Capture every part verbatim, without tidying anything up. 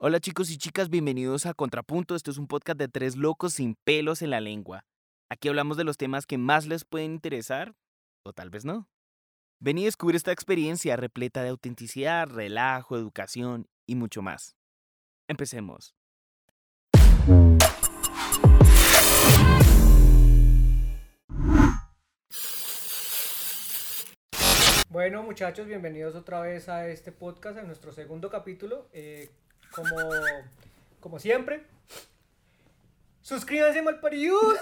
Hola chicos y chicas, bienvenidos a Contrapunto. Esto es un podcast de tres locos sin pelos en la lengua. Aquí hablamos de los temas que más les pueden interesar, o tal vez no. Ven y descubre esta experiencia repleta de autenticidad, relajo, educación y mucho más. Empecemos. Bueno, muchachos, bienvenidos otra vez a este podcast, a nuestro segundo capítulo. Eh, como, como siempre, suscríbanse, malparidos.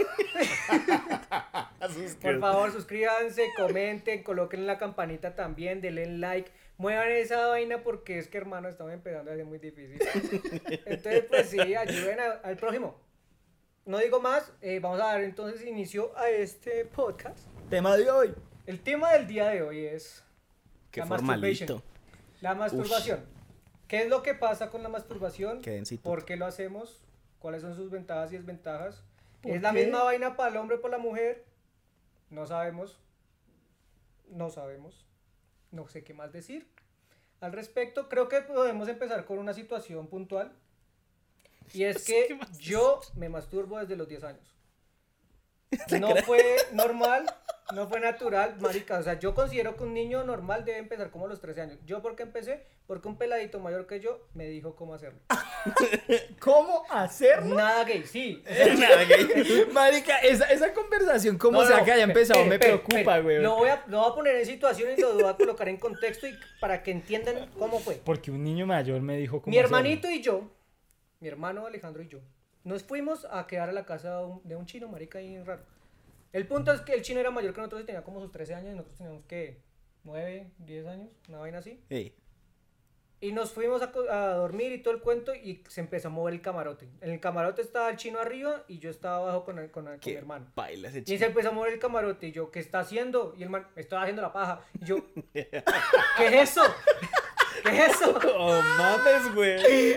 Por favor, suscríbanse, comenten, coloquen la campanita también, denle like, muevan esa vaina porque es que, hermano, estamos empezando a ser muy difícil. Entonces, pues sí, ayuden a- al prójimo. No digo más, eh, vamos a dar entonces inicio a este podcast. Tema de hoy. El tema del día de hoy es Qué la formalito. masturbation. La masturbación. ¿Qué es lo que pasa con la masturbación? Qué densito. ¿Por qué lo hacemos? ¿Cuáles son sus ventajas y desventajas? ¿Por ¿Es la qué? misma vaina para el hombre o para la mujer? No sabemos. No sabemos. No sé qué más decir. Al respecto, creo que podemos empezar con una situación puntual. Y es sé que qué más yo me masturbo desde los diez años. No fue normal, no fue natural, marica. O sea, yo considero que un niño normal debe empezar como a los trece años. ¿Yo por qué empecé? Porque un peladito mayor que yo me dijo cómo hacerlo. ¿Cómo hacerlo? Nada gay, sí. Marica, esa, esa conversación, ¿cómo No, se no, que haya pe- empezado? pe- Me pe- preocupa, pe- güey. Lo voy, a, lo voy a poner en situaciones y lo voy a colocar en contexto y para que entiendan cómo fue. Porque un niño mayor me dijo cómo Mi hacerlo. hermanito y yo, mi hermano Alejandro y yo, nos fuimos a quedar a la casa de un, de un chino, marica, ahí raro. El punto es que el chino era mayor que nosotros y tenía como sus trece años y nosotros teníamos, ¿qué? nueve, diez años, una vaina así. Ey, Y nos fuimos a, co- a dormir y todo el cuento y se empezó a mover el camarote. En el camarote estaba el chino arriba y yo estaba abajo con, el- con, el- con mi qué hermano. baila ese Y chico. se empezó a mover el camarote y yo, ¿qué está haciendo? Y el man, estoy haciendo la paja. Y yo, ¿qué es eso? ¿Qué es eso? Oh, mames, güey.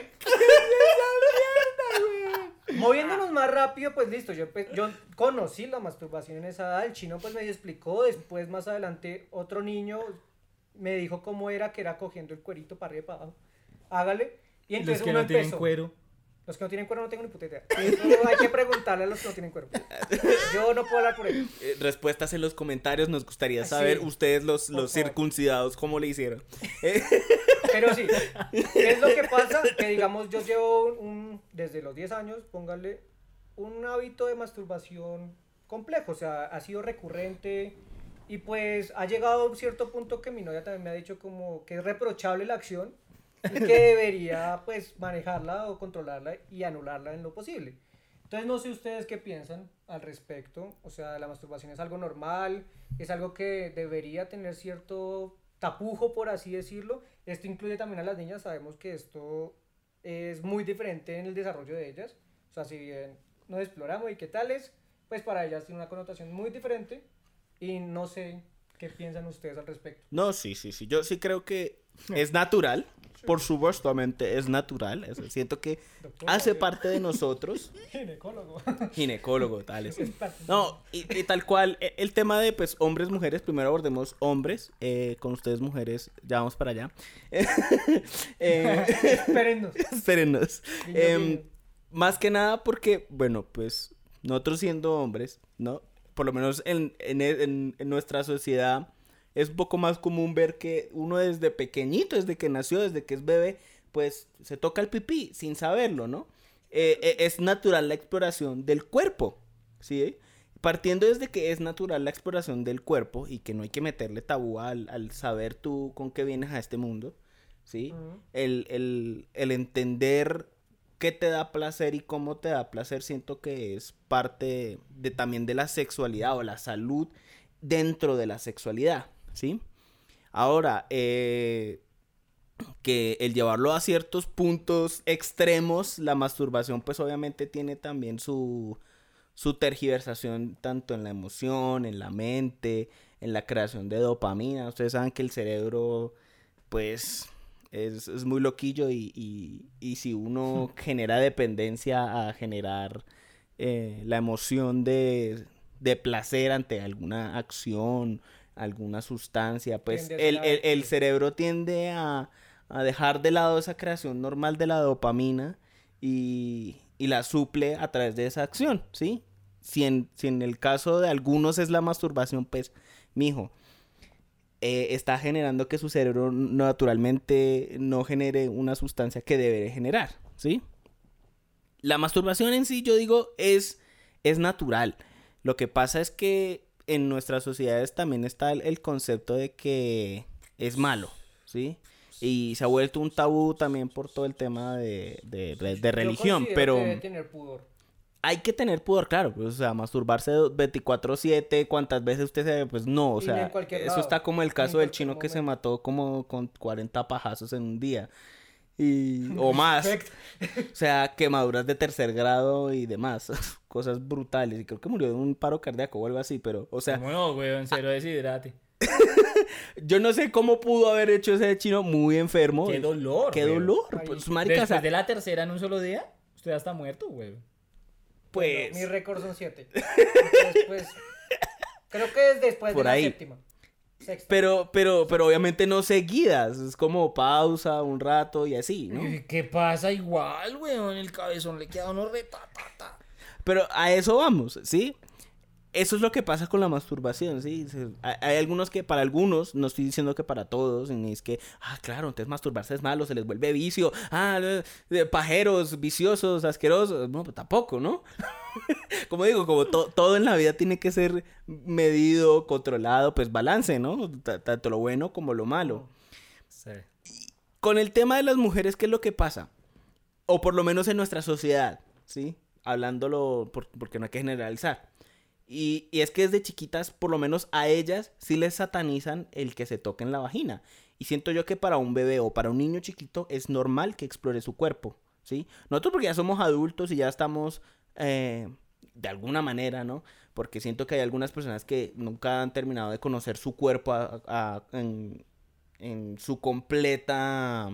Moviéndonos más rápido, pues listo, yo, empe- yo conocí la masturbación en esa edad, el chino pues me explicó, después más adelante otro niño me dijo cómo era, que era cogiendo el cuerito para arriba y para abajo, hágale, y Y los entonces que uno no tienen empezó. cuero. Los que no tienen cuero no tengo ni puta idea. Eso hay que preguntarle a los que no tienen cuero. Yo no puedo hablar por ellos. Eh, respuestas en los comentarios, nos gustaría Ah, saber sí. ustedes los, Por los favor. circuncidados, ¿cómo le hicieron? Eh, Pero sí, ¿qué es lo que pasa? Que digamos yo llevo un, un- desde los diez años, póngale, un hábito de masturbación complejo, o sea, ha sido recurrente y pues ha llegado a un cierto punto que mi novia también me ha dicho como que es reprochable la acción y que debería pues manejarla o controlarla y anularla en lo posible. Entonces no sé ustedes qué piensan al respecto, o sea, la masturbación es algo normal, es algo que debería tener cierto tapujo, por así decirlo. Esto incluye también a las niñas, sabemos que esto es muy diferente en el desarrollo de ellas, o sea, si bien nos exploramos y qué tales, pues para ellas tiene una connotación muy diferente y no sé qué piensan ustedes al respecto. No, sí, sí, sí. Yo sí creo que es natural. Por supuestamente es natural. Eso, siento que Doctor, hace Gabriel. parte de nosotros. Ginecólogo. Ginecólogo, tales. Es parte- No, y, y tal cual. e- El tema de pues hombres, mujeres. Primero abordemos hombres. eh, con ustedes, mujeres. Ya vamos para allá. Eh, Espérennos. espérennos. Guiño, Em, guiño. Más que nada porque, bueno, pues nosotros siendo hombres, ¿no? Por lo menos en, en, en, en nuestra sociedad es un poco más común ver que uno desde pequeñito, desde que nació, desde que es bebé, pues se toca el pipí sin saberlo, ¿no? Eh, eh, es natural la exploración del cuerpo, ¿sí? Partiendo desde que es natural la exploración del cuerpo y que no hay que meterle tabú al, al saber tú con qué vienes a este mundo, ¿sí? Ujú. El, el, el entender qué te da placer y cómo te da placer, siento que es parte de, también de la sexualidad o la salud dentro de la sexualidad, ¿sí? Ahora, eh, que el llevarlo a ciertos puntos extremos, la masturbación pues obviamente tiene también su, su tergiversación tanto en la emoción, en la mente, en la creación de dopamina. Ustedes saben que el cerebro pues es, es muy loquillo y, y, y si uno genera dependencia a generar eh, la emoción de, de placer ante alguna acción, alguna sustancia, pues Tiende a el, ser el, el adictivo. cerebro tiende a, a dejar de lado esa creación normal de la dopamina y, y la suple a través de esa acción, ¿sí? Si en, si en el caso de algunos es la masturbación, pues, mijo, eh, está generando que su cerebro naturalmente no genere una sustancia que debe generar, ¿sí? La masturbación en sí, yo digo, es, es natural. Lo que pasa es que en nuestras sociedades también está el, el concepto de que es malo, ¿sí? Y se ha vuelto un tabú también por todo el tema de, de, de, de religión, Yo pero que debe tener pudor. hay que tener pudor, claro, pues, o sea, masturbarse veinticuatro siete, cuántas veces usted se... Pues no, o Y sea, en cualquier eso lado, está como el en caso del cualquier chino que se momento. mató como con cuarenta pajazos en un día. Y, o más. Perfecto. O sea, quemaduras de tercer grado y demás. Cosas brutales. Y creo que murió de un paro cardíaco o algo así, pero, o sea, ¿Cómo no, weón? Cero deshidrate. yo no sé cómo pudo haber hecho ese chino muy enfermo. ¡Qué dolor, ¡Qué weón! dolor! Ay, Pues, marica, o Después sea, de la tercera en un solo día, usted ya está muerto, weón. pues... Bueno, mi récord son siete. Entonces, pues, creo que es después Por de la ahí. séptima. Sexta. Pero, pero, pero obviamente no seguidas. Es como pausa, un rato y así, ¿no? ¿Y ¿Qué pasa igual, weón? El cabezón le queda a uno re ta, ta, ta. Pero a eso vamos, ¿sí? Eso es lo que pasa con la masturbación, ¿sí? Se- Hay, hay algunos que, para algunos, no estoy diciendo que para todos, ni es que, ah, claro, entonces masturbarse es malo, se les vuelve vicio, ah, eh, eh, pajeros, viciosos, asquerosos, no, pues tampoco, ¿no? Como digo, como to- todo en la vida tiene que ser medido, controlado, pues balance, ¿no? T- Tanto lo bueno como lo malo. Sí. Con el tema de las mujeres, ¿qué es lo que pasa? O por lo menos en nuestra sociedad, ¿sí? Hablándolo, por- porque no hay que generalizar. Y, y es que desde chiquitas, por lo menos a ellas, sí les satanizan el que se toquen la vagina. Y siento yo que para un bebé o para un niño chiquito es normal que explore su cuerpo, ¿sí? Nosotros porque ya somos adultos y ya estamos, eh, de alguna manera, ¿no? Porque siento que hay algunas personas que nunca han terminado de conocer su cuerpo a- a- en, en su completa...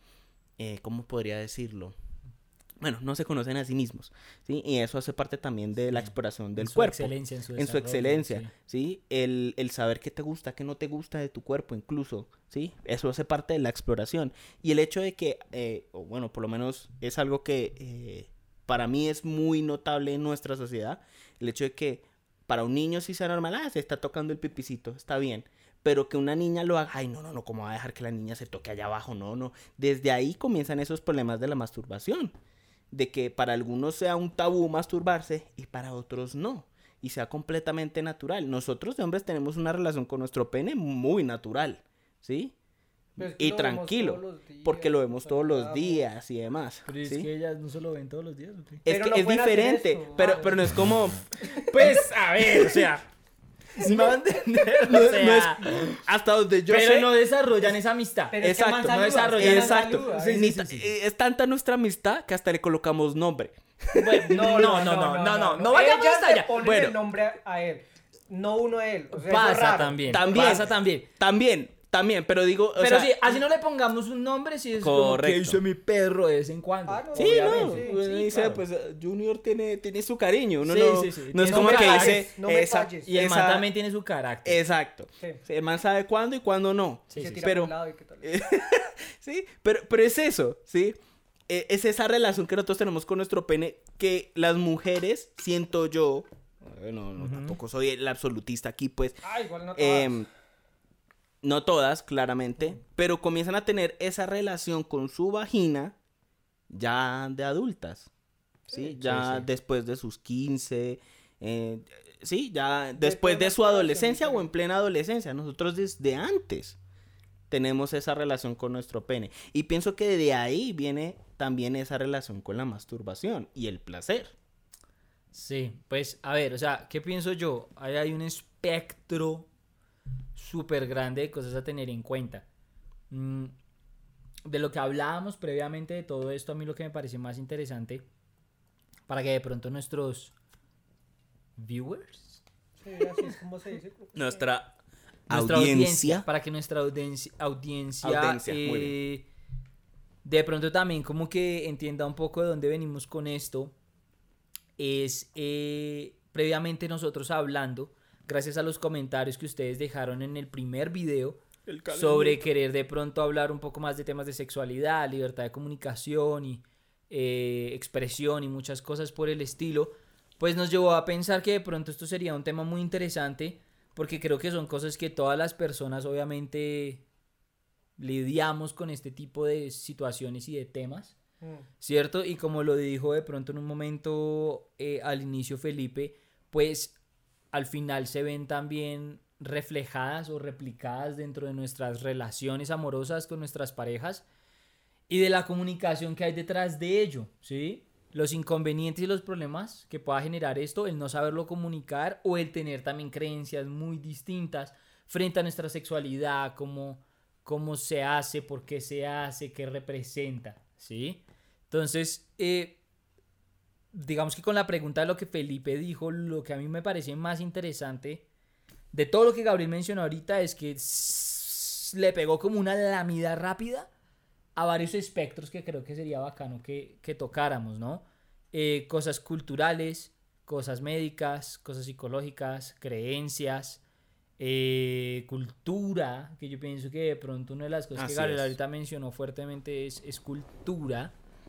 eh, ¿cómo podría decirlo? Bueno, no se conocen a sí mismos, ¿sí? Y eso hace parte también de la Sí. exploración del En su cuerpo. excelencia, en su En su desarrollo, excelencia, sí. ¿sí? El, el saber qué te gusta, qué no te gusta de tu cuerpo incluso, ¿sí? Eso hace parte de la exploración. Y el hecho de que, eh, o bueno, por lo menos es algo que eh, para mí es muy notable en nuestra sociedad, el hecho de que para un niño sí sea normal, ah, se está tocando el pipicito, está bien. Pero que una niña lo haga, ay, no, no, no, ¿cómo va a dejar que la niña se toque allá abajo? No, no. Desde ahí comienzan esos problemas de la masturbación. De que para algunos sea un tabú masturbarse y para otros no. Y sea completamente natural. Nosotros de hombres tenemos una relación con nuestro pene muy natural, ¿sí? Pero es que Y lo vemos tranquilo, todos los días, porque lo vemos nos todos los saludamos. días y demás. Pero es ¿sí? que ellas no se lo ven todos los días, ¿o qué? Es Pero que no es pueden hacer diferente, esto, pero, ah, pero no es como... Pues, a ver, o sea... ¿Sí me va a entender? No, O no sea, es, hasta donde yo pero sé... no desarrollan esa amistad. Pero es que Exacto, man no saluda, desarrolla- es que man Exacto. saluda, Sí, ¿eh? Ni sí, ta- sí. eh, Es tanta nuestra amistad que hasta le colocamos nombre. Bueno, no, no, no, no, no, no, vayamos Ellas hasta le allá. ponen Bueno. el nombre a- a él, no uno a él. O sea, eso es Pasa raro. también, También. pasa también. También, también, pero digo... o Pero sea, sí, así no le pongamos un nombre, si es como que Correcto. hizo mi perro de vez en cuando. Ah, no, Sí, obviamente. no, sí, uno sí, dice, claro. pues eh, Junior tiene, tiene su cariño, uno Sí, no, sí, sí, no tiene es su como que carácter, dice, no me esa- falles. Y el man esa- también tiene su carácter. Exacto, Sí. Sí, el man sabe cuándo y cuándo no, Sí, Se sí, tira pero- por un lado y qué tal. sí, pero, pero es eso, ¿sí? Eh, Es esa relación que nosotros tenemos con nuestro pene que las mujeres, siento yo, eh, no, no, Ujú. tampoco soy el absolutista aquí, pues, Ah, igual no todas. em, no todas, claramente, pero comienzan a tener esa relación con su vagina ya de adultas, ¿sí? Sí, ya sí, sí. después de sus quince, eh, sí, ya De después de todas su las adolescencia o en diferentes. plena adolescencia. Nosotros desde antes tenemos esa relación con nuestro pene. Y pienso que de ahí viene también esa relación con la masturbación y el placer. Sí, pues a ver, o sea, ¿qué pienso yo? Ahí hay un espectro súper grande de cosas a tener en cuenta. Mm, de lo que hablábamos previamente de todo esto, a mí lo que me parece más interesante, para que de pronto nuestros viewers, Sí, así es como se dice. creo que sí. Nuestra, nuestra audiencia, audiencia, para que nuestra audiencia, audiencia, Audiencia, muy eh, de pronto también como que entienda un poco de dónde venimos con esto, es eh, previamente nosotros hablando, gracias a los comentarios que ustedes dejaron en el primer video, sobre querer de pronto hablar un poco más de temas de sexualidad, libertad de comunicación y eh, expresión y muchas cosas por el estilo, pues nos llevó a pensar que de pronto esto sería un tema muy interesante, porque creo que son cosas que todas las personas obviamente lidiamos con este tipo de situaciones y de temas, mm. ¿cierto? Y como lo dijo de pronto en un momento eh, al inicio Felipe, pues al final se ven también reflejadas o replicadas dentro de nuestras relaciones amorosas con nuestras parejas y de la comunicación que hay detrás de ello, ¿sí? Los inconvenientes y los problemas que pueda generar esto, el no saberlo comunicar o el tener también creencias muy distintas frente a nuestra sexualidad, cómo, cómo se hace, por qué se hace, qué representa, ¿sí? Entonces, eh, digamos que con la pregunta de lo que Felipe dijo, lo que a mí me parece más interesante de todo lo que Gabriel mencionó ahorita es que s- le pegó como una lamida rápida a varios espectros que creo que sería bacano que, que tocáramos, ¿no? Eh, cosas culturales, cosas médicas, cosas psicológicas, creencias, eh, cultura, que yo pienso que de pronto una de las cosas Así que Gabriel es. ahorita mencionó fuertemente es, es cultura.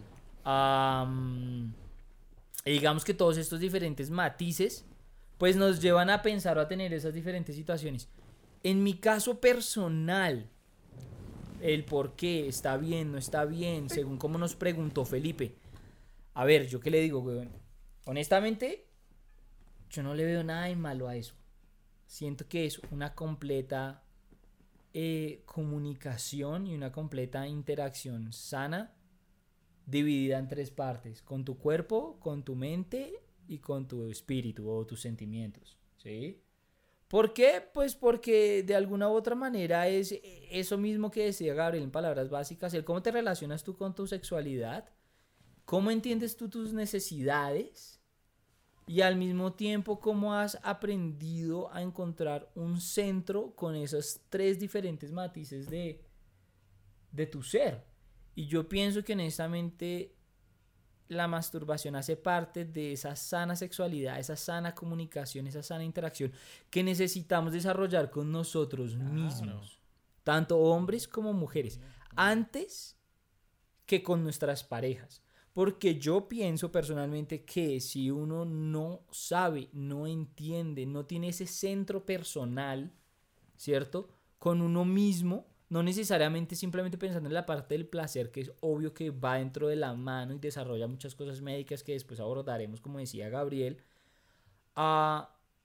Um, y digamos que todos estos diferentes matices pues nos llevan a pensar o a tener esas diferentes situaciones. En mi caso personal, el por qué está bien, no está bien, según como nos preguntó Felipe. A ver, ¿yo qué le digo, weón? Honestamente, yo no le veo nada de malo a eso. Siento que es una completa eh, comunicación y una completa interacción sana, dividida en tres partes: con tu cuerpo, con tu mente y con tu espíritu o tus sentimientos, ¿sí? ¿Por qué? Pues porque de alguna u otra manera es eso mismo que decía Gabriel en palabras básicas, el cómo te relacionas tú con tu sexualidad, cómo entiendes tú tus necesidades y al mismo tiempo cómo has aprendido a encontrar un centro con esos tres diferentes matices de, de tu ser. Y yo pienso que honestamente la masturbación hace parte de esa sana sexualidad, esa sana comunicación, esa sana interacción que necesitamos desarrollar con nosotros claro. mismos, tanto hombres como mujeres, antes que con nuestras parejas. Porque yo pienso personalmente que si uno no sabe, no entiende, no tiene ese centro personal, ¿cierto? Con uno mismo, no necesariamente simplemente pensando en la parte del placer, que es obvio que va dentro de la mano y desarrolla muchas cosas médicas que después abordaremos, como decía Gabriel. Uh,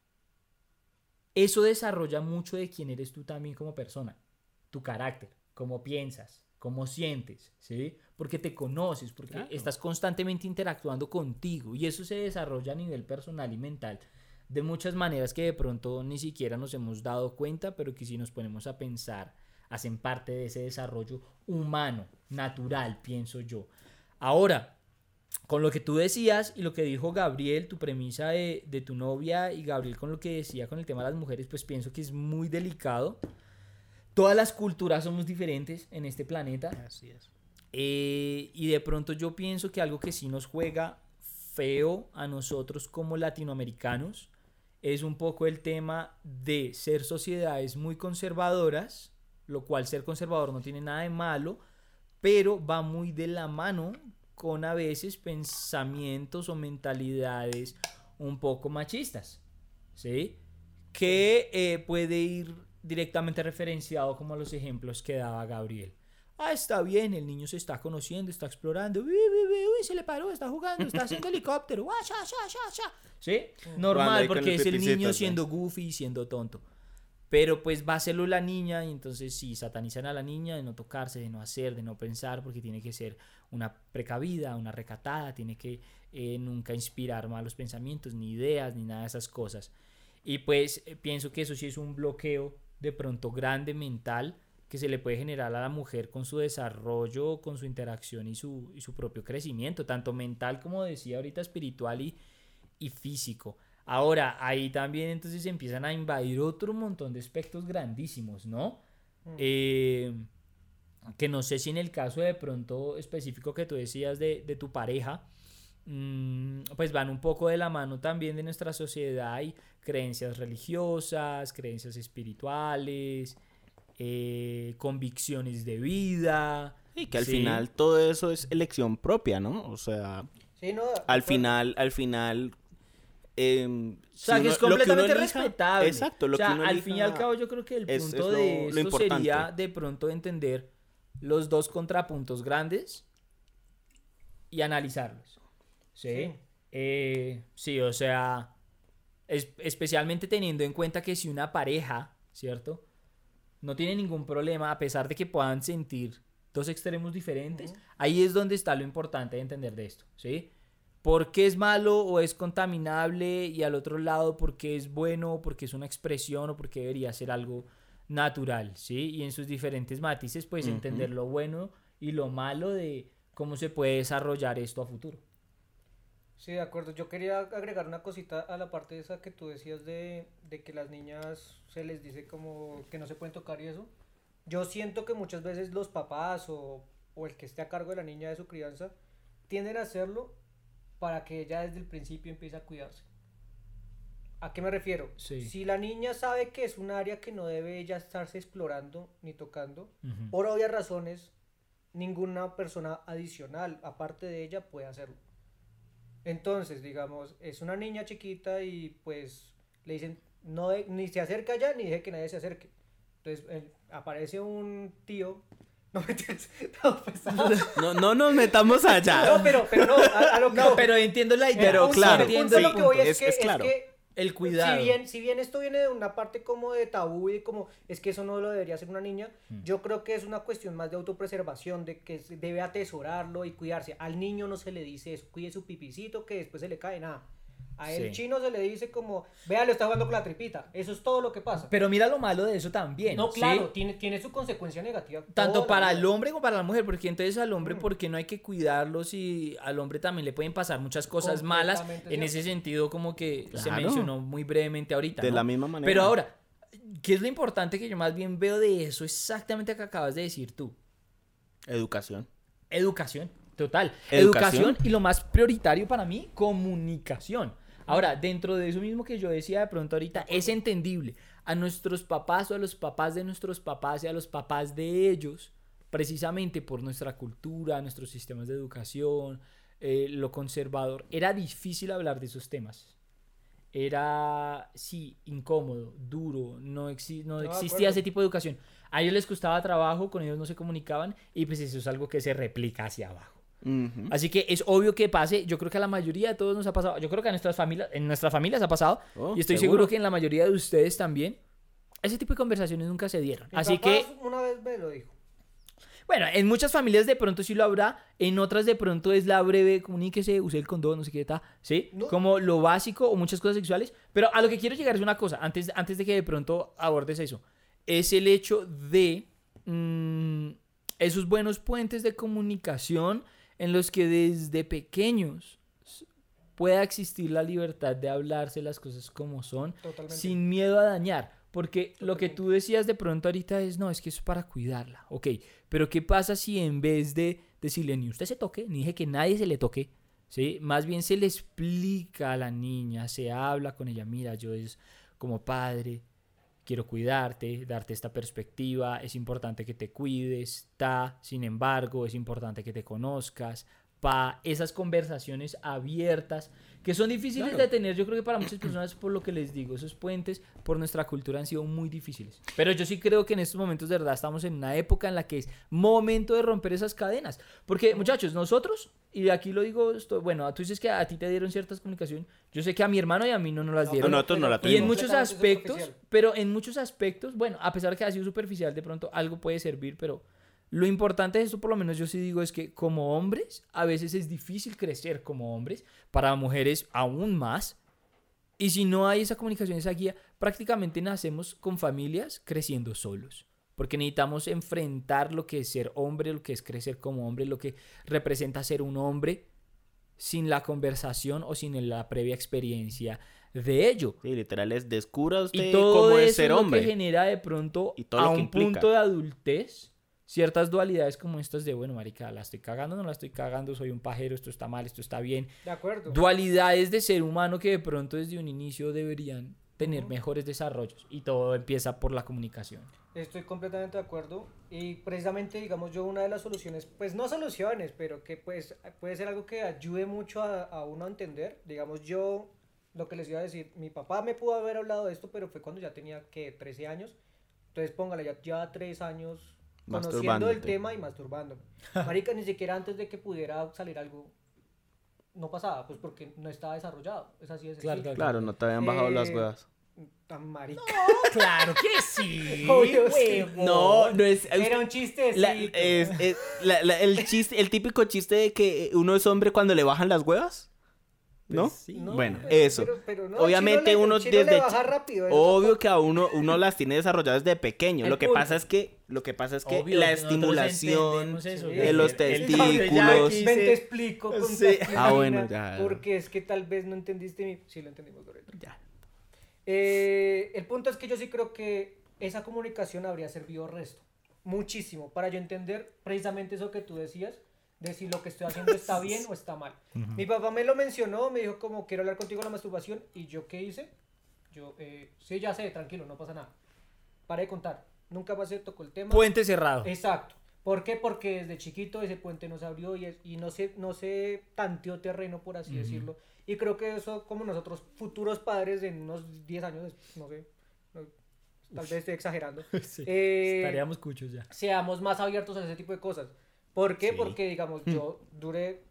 eso desarrolla mucho de quién eres tú también como persona, tu carácter, cómo piensas, cómo sientes, ¿sí? Porque te conoces, porque claro. estás constantemente interactuando contigo y eso se desarrolla a nivel personal y mental de muchas maneras que de pronto ni siquiera nos hemos dado cuenta, pero que si nos ponemos a pensar hacen parte de ese desarrollo humano, natural, pienso yo. Ahora, con lo que tú decías y lo que dijo Gabriel, tu premisa de, de tu novia, y Gabriel con lo que decía con el tema de las mujeres, pues pienso que es muy delicado. Todas las culturas somos diferentes en este planeta. Así es. Eh, y de pronto yo pienso que algo que sí nos juega feo a nosotros como latinoamericanos es un poco el tema de ser sociedades muy conservadoras, lo cual ser conservador no tiene nada de malo, pero va muy de la mano con a veces pensamientos o mentalidades un poco machistas, ¿sí? Que eh, puede ir directamente referenciado como los ejemplos que daba Gabriel. Ah, está bien, el niño se está conociendo, está explorando, uy, uy, uy, uy, se le paró, está jugando, está haciendo helicóptero, ah, ya, ya, ya, ya. ¿Sí? Normal, porque es el niño siendo goofy y siendo tonto. Pero pues va a hacerlo la niña y entonces sí, satanizan a la niña de no tocarse, de no hacer, de no pensar, porque tiene que ser una precavida, una recatada, tiene que eh, nunca inspirar malos pensamientos, ni ideas, ni nada de esas cosas. Y pues eh, pienso que eso sí es un bloqueo de pronto grande mental que se le puede generar a la mujer con su desarrollo, con su interacción y su, y su propio crecimiento, tanto mental como decía ahorita espiritual y, y físico. Ahora, ahí también entonces empiezan a invadir otro montón de aspectos grandísimos, ¿no? Mm. Eh, que no sé si en el caso de pronto específico que tú decías de, de tu pareja, mmm, pues van un poco de la mano también de nuestra sociedad y creencias religiosas, creencias espirituales, eh, convicciones de vida. Y que al ¿sí? final todo eso es elección propia, ¿no? O sea, Sí, no, al pues, final, al final... Eh, O sea, si que uno- es lo que uno completamente elija- respetable. Exacto, lo o sea, que uno al elija fin y al cabo yo creo que el es- punto es lo- de lo esto importante. sería de pronto entender los dos contrapuntos grandes y analizarlos. ¿Sí? Sí. Eh, sí, o sea, es- especialmente teniendo en cuenta que si una pareja, ¿cierto? No tiene ningún problema, a pesar de que puedan sentir dos extremos diferentes, Ujú. ahí es donde está lo importante de entender de esto, ¿sí? ¿Por qué es malo o es contaminable? Y al otro lado, ¿por qué es bueno? ¿O porque es una expresión? ¿O porque debería ser algo natural? ¿Sí? Y en sus diferentes matices, pues Ujú. entender lo bueno y lo malo de cómo se puede desarrollar esto a futuro. Sí, de acuerdo. Yo quería agregar una cosita a la parte esa que tú decías de, de que las niñas se les dice como que no se pueden tocar y eso. Yo siento que muchas veces los papás o, o el que esté a cargo de la niña de su crianza tienden a hacerlo para que ella desde el principio empiece a cuidarse. ¿A qué me refiero? Sí. Si la niña sabe que es un área que no debe ella estarse explorando ni tocando, Ujú. por obvias razones, ninguna persona adicional, aparte de ella, puede hacerlo. Entonces, digamos, es una niña chiquita y pues le dicen, no de- ni se acerca allá, ni deje que nadie se acerque. Entonces, eh, aparece un tío, no me entiendes, no, pues, No, no nos metamos allá. no, pero, pero no, a, a lo que No, voy. pero entiendo la idea. Pero Un- claro, el punto entiendo a el lo que voy punto. es, Es- que, es claro. es que El cuidado. Si bien, si bien esto viene de una parte como de tabú y de como es que eso no lo debería hacer una niña, Mm. yo creo que es una cuestión más de autopreservación, de que se debe atesorarlo y cuidarse. Al niño no se le dice eso, cuide su pipicito que después se le cae nada. A el Sí. chino se le dice como, vea, lo está jugando con la tripita. Eso es todo lo que pasa. Pero mira lo malo de eso también. no, ¿sí? claro, tiene, tiene su consecuencia negativa. Tanto toda la para vida. el hombre como para la mujer, porque entonces al hombre, Mm. ¿por qué no hay que cuidarlo si al hombre también le pueden pasar muchas cosas malas? Completamente En cierto. ese sentido, como que se Claro. mencionó muy brevemente ahorita. De ¿no? la misma manera. Pero ahora, ¿qué es lo importante que yo más bien veo de eso? Exactamente que acabas de decir tú. Educación. Educación, total. Educación. Educación y lo más prioritario para mí, comunicación. Ahora, dentro de eso mismo que yo decía de pronto ahorita, es entendible a nuestros papás o a los papás de nuestros papás y a los papás de ellos, precisamente por nuestra cultura, nuestros sistemas de educación, eh, lo conservador, era difícil hablar de esos temas. Era, sí, incómodo, duro, no, exi- no No, de existía acuerdo. ese tipo de educación. A ellos les costaba trabajo, con ellos no se comunicaban y pues eso es algo que se replica hacia abajo. Ujú. Así que es obvio que pase, yo creo que a la mayoría de todos nos ha pasado, yo creo que a nuestras familias, en nuestras familias ha pasado, Oh, y estoy seguro. seguro que en la mayoría de ustedes también, ese tipo de conversaciones nunca se dieron. Mi Así papá que, una vez me lo dijo. bueno, en muchas familias de pronto sí lo habrá, en otras de pronto es la breve, comuníquese, use el condón, no sé qué tal, ¿sí? No. Como lo básico o muchas cosas sexuales, pero a lo que quiero llegar es una cosa, antes, antes de que de pronto abordes eso, es el hecho de mm, esos buenos puentes de comunicación en los que desde pequeños s- pueda existir la libertad de hablarse las cosas como son, Totalmente. sin miedo a dañar. Porque lo que Totalmente. tú decías de pronto ahorita es, no, es que eso es para cuidarla. Ok, pero ¿qué pasa si en vez de decirle ni usted se toque, ni dije que nadie se le toque, ¿sí? Más bien se le explica a la niña, se habla con ella, mira, yo es como padre, quiero cuidarte, darte esta perspectiva, es importante que te cuides, ta, sin embargo, es importante que te conozcas, pa, esas conversaciones abiertas que son difíciles Claro. de tener, yo creo que para muchas personas, por lo que les digo, esos puentes por nuestra cultura han sido muy difíciles. Pero yo sí creo que en estos momentos de verdad estamos en una época en la que es momento de romper esas cadenas. Porque muchachos, nosotros, y aquí lo digo, esto, bueno, tú dices que a ti te dieron ciertas comunicaciones, yo sé que a mi hermano y a mí no nos las No, dieron. No, nosotros no la Y en tuvimos. muchos Completamente aspectos, superficial. pero en muchos aspectos, bueno, a pesar de que ha sido superficial, de pronto algo puede servir, pero lo importante de esto, por lo menos yo sí digo, es que como hombres, a veces es difícil crecer como hombres, para mujeres aún más, y si no hay esa comunicación, esa guía, prácticamente nacemos con familias creciendo solos. Porque necesitamos enfrentar lo que es ser hombre, lo que es crecer como hombre, lo que representa ser un hombre sin la conversación o sin la previa experiencia de ello. Sí, literal es descubra usted Y todo cómo eso es ser es lo hombre. que genera de pronto Y todo a lo que un implica. punto de adultez ciertas dualidades como estas de, bueno, marica, la estoy cagando, no la estoy cagando, soy un pajero, esto está mal, esto está bien. De acuerdo. Dualidades de ser humano que de pronto desde un inicio deberían tener mejores desarrollos y todo empieza por la comunicación. Estoy completamente de acuerdo y precisamente, digamos, yo una de las soluciones, pues no soluciones, pero que pues puede ser algo que ayude mucho a, a uno a entender. Digamos, yo, lo que les iba a decir, mi papá me pudo haber hablado de esto, pero fue cuando ya tenía, que trece años. Entonces, póngale, ya lleva tres años conociendo el tema y masturbándome. Marica, ni siquiera antes de que pudiera salir algo, no pasaba, pues porque no estaba desarrollado. Es así de sencillo. Claro, claro, Claro, no te habían bajado Eh, las huevas. Tan marica. Claro que sí. Obvio, sí. huevón. No, no es... Era un chiste. La- es- es- la- la- el chiste, el típico chiste de que uno es hombre cuando le bajan las huevas, ¿no? Pues sí. No, Bueno, pero- eso. pero- pero no, Obviamente el chino le- uno el chino le desde baja chi- rápido, eso obvio tampoco. que a uno uno las tiene desarrolladas desde pequeño. El Lo que punto. pasa es que lo que pasa es que Obvio, la nosotros estimulación entendemos eso, Sí. de los el- el- el- testículos. el- Ven, te explico con Sí. plastilina, Ah, bueno, ya. porque es que tal vez no entendiste mi... Sí, lo entendimos, correcto. Ya. Eh, el punto es que yo sí creo que esa comunicación habría servido resto, muchísimo, para yo entender precisamente eso que tú decías, de si lo que estoy haciendo está bien o está mal. Ujú. Mi papá me lo mencionó, me dijo como quiero hablar contigo de la masturbación, y yo ¿qué hice? Yo, eh, sí, ya sé, tranquilo, no pasa nada. Paré de contar, nunca más se tocó el tema. Puente cerrado. Exacto. ¿Por qué? Porque desde chiquito ese puente no se abrió y, es- y no, se, no se tanteó terreno, por así Ujú. decirlo. Y creo que eso, como nosotros, futuros padres, en unos diez años, no sé, no, tal vez estoy exagerando, Sí, eh, estaríamos cuchos ya. seamos más abiertos a ese tipo de cosas. ¿Por qué? Sí. Porque, digamos, yo duré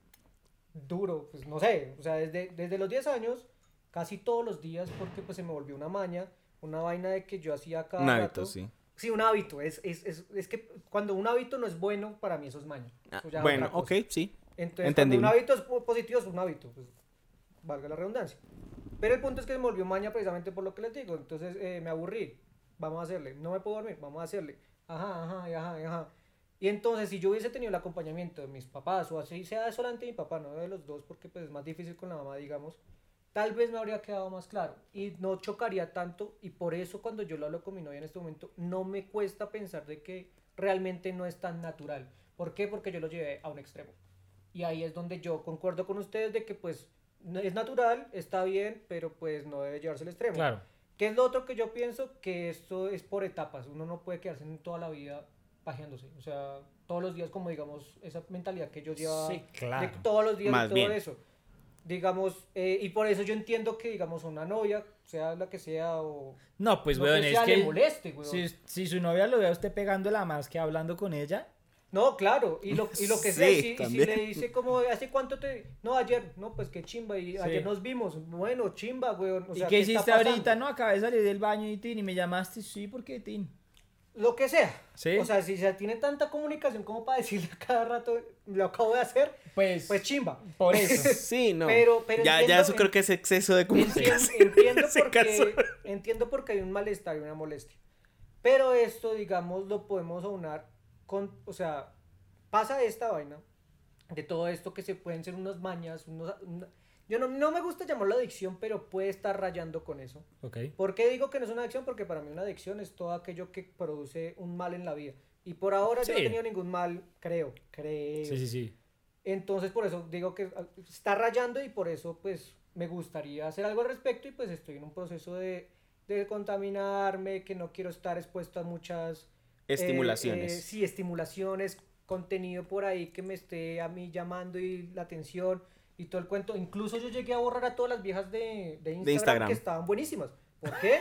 duro, pues no sé, o sea, desde, desde los diez años, casi todos los días, porque pues se me volvió una maña, una vaina de que yo hacía cada Un rato. hábito, sí. Sí, un hábito. Es, es, es, es que cuando un hábito no es bueno, para mí eso es maña. Ah, Eso ya es bueno, otra cosa. ok, sí. Entonces, entendible. cuando un hábito es po- positivo, es un hábito. Pues, valga la redundancia. Pero el punto es que se me volvió maña precisamente por lo que les digo. Entonces eh, me aburrí. Vamos a hacerle. No me puedo dormir. Vamos a hacerle. Ajá, ajá, y ajá, y ajá. Y entonces, si yo hubiese tenido el acompañamiento de mis papás, o así sea solamente de mi papá, no de los dos, porque pues es más difícil con la mamá, digamos, tal vez me habría quedado más claro y no chocaría tanto, y por eso cuando yo lo hablo con mi novia en este momento no me cuesta pensar de que realmente no es tan natural. ¿Por qué? Porque yo lo llevé a un extremo, y ahí es donde yo concuerdo con ustedes de que pues no- es natural, está bien, pero pues no debe llevarse al extremo. Claro. ¿Qué es lo otro que yo pienso? Que esto es por etapas, uno no puede quedarse en toda la vida pajeándose, o sea, todos los días, como digamos, esa mentalidad que yo llevaba Sí, claro. de todos los días Más y todo bien. eso. Digamos, eh, y por eso yo entiendo que, digamos, una novia, sea la que sea, o No, pues, no weón, que es sea, le que moleste, weón. si, si su novia lo ve a usted pegándola más que hablando con ella, No, claro, y lo, y lo que Sí, sea, si, y si también. le dice como, ¿hace cuánto te...? No, ayer, no, pues qué chimba, y Sí. ayer nos vimos, bueno, chimba, weón, o sea, ¿y qué está hiciste pasando? ahorita? No, acabé de salir del baño y tin, y me llamaste, sí, ¿por qué, tin? Lo que sea. Sí. O sea, si se tiene tanta comunicación como para decirle a cada rato, lo acabo de hacer, Pues, pues chimba. por eso. Sí, no. Pero- pero ya, ya entiendo- eso creo que es exceso de Entiendo, comunicación. entiendo, en ese porque, caso. entiendo porque hay un malestar y una molestia. Pero esto, digamos, lo podemos aunar con, o sea, pasa esta vaina de todo esto que se pueden ser unas mañas, unos, una- yo no, no me gusta llamarlo adicción, pero puede estar rayando con eso. Ok. ¿Por qué digo que no es una adicción? Porque para mí una adicción es todo aquello que produce un mal en la vida. Y por ahora yo no Sí. he tenido ningún mal, creo, creo. Sí, sí, sí. Entonces por eso digo que ah, está rayando, y por eso pues me gustaría hacer algo al respecto, y pues estoy en un proceso de, de contaminarme, que no quiero estar expuesto a muchas eh, Estimulaciones. eh, sí, estimulaciones, contenido por ahí que me esté a mí llamando y la atención y todo el cuento. Incluso yo llegué a borrar a todas las viejas de, de Instagram, Instagram. que estaban buenísimas. ¿Por qué?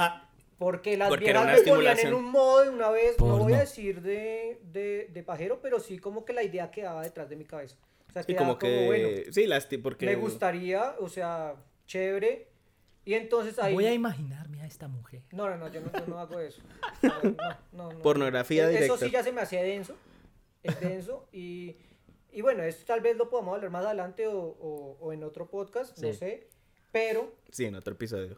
Porque las Porque era viejas una me ponían en estimulación. un modo de una vez, no voy Porno. a decir de, de, de pajero, pero sí como que la idea quedaba detrás de mi cabeza. O sea, Y quedaba como que... bueno, sí, las ti- porque... me gustaría, o sea, chévere. Y entonces ahí... Voy a imaginarme a esta mujer. No, no, no, yo no, yo no hago eso. No, no, no, no. Pornografía Eso directa. sí ya se me hacía denso. Es denso. Y, y bueno, esto tal vez lo podamos hablar más adelante o, o, o en otro podcast, no Sí. sé. Pero Sí, en otro episodio.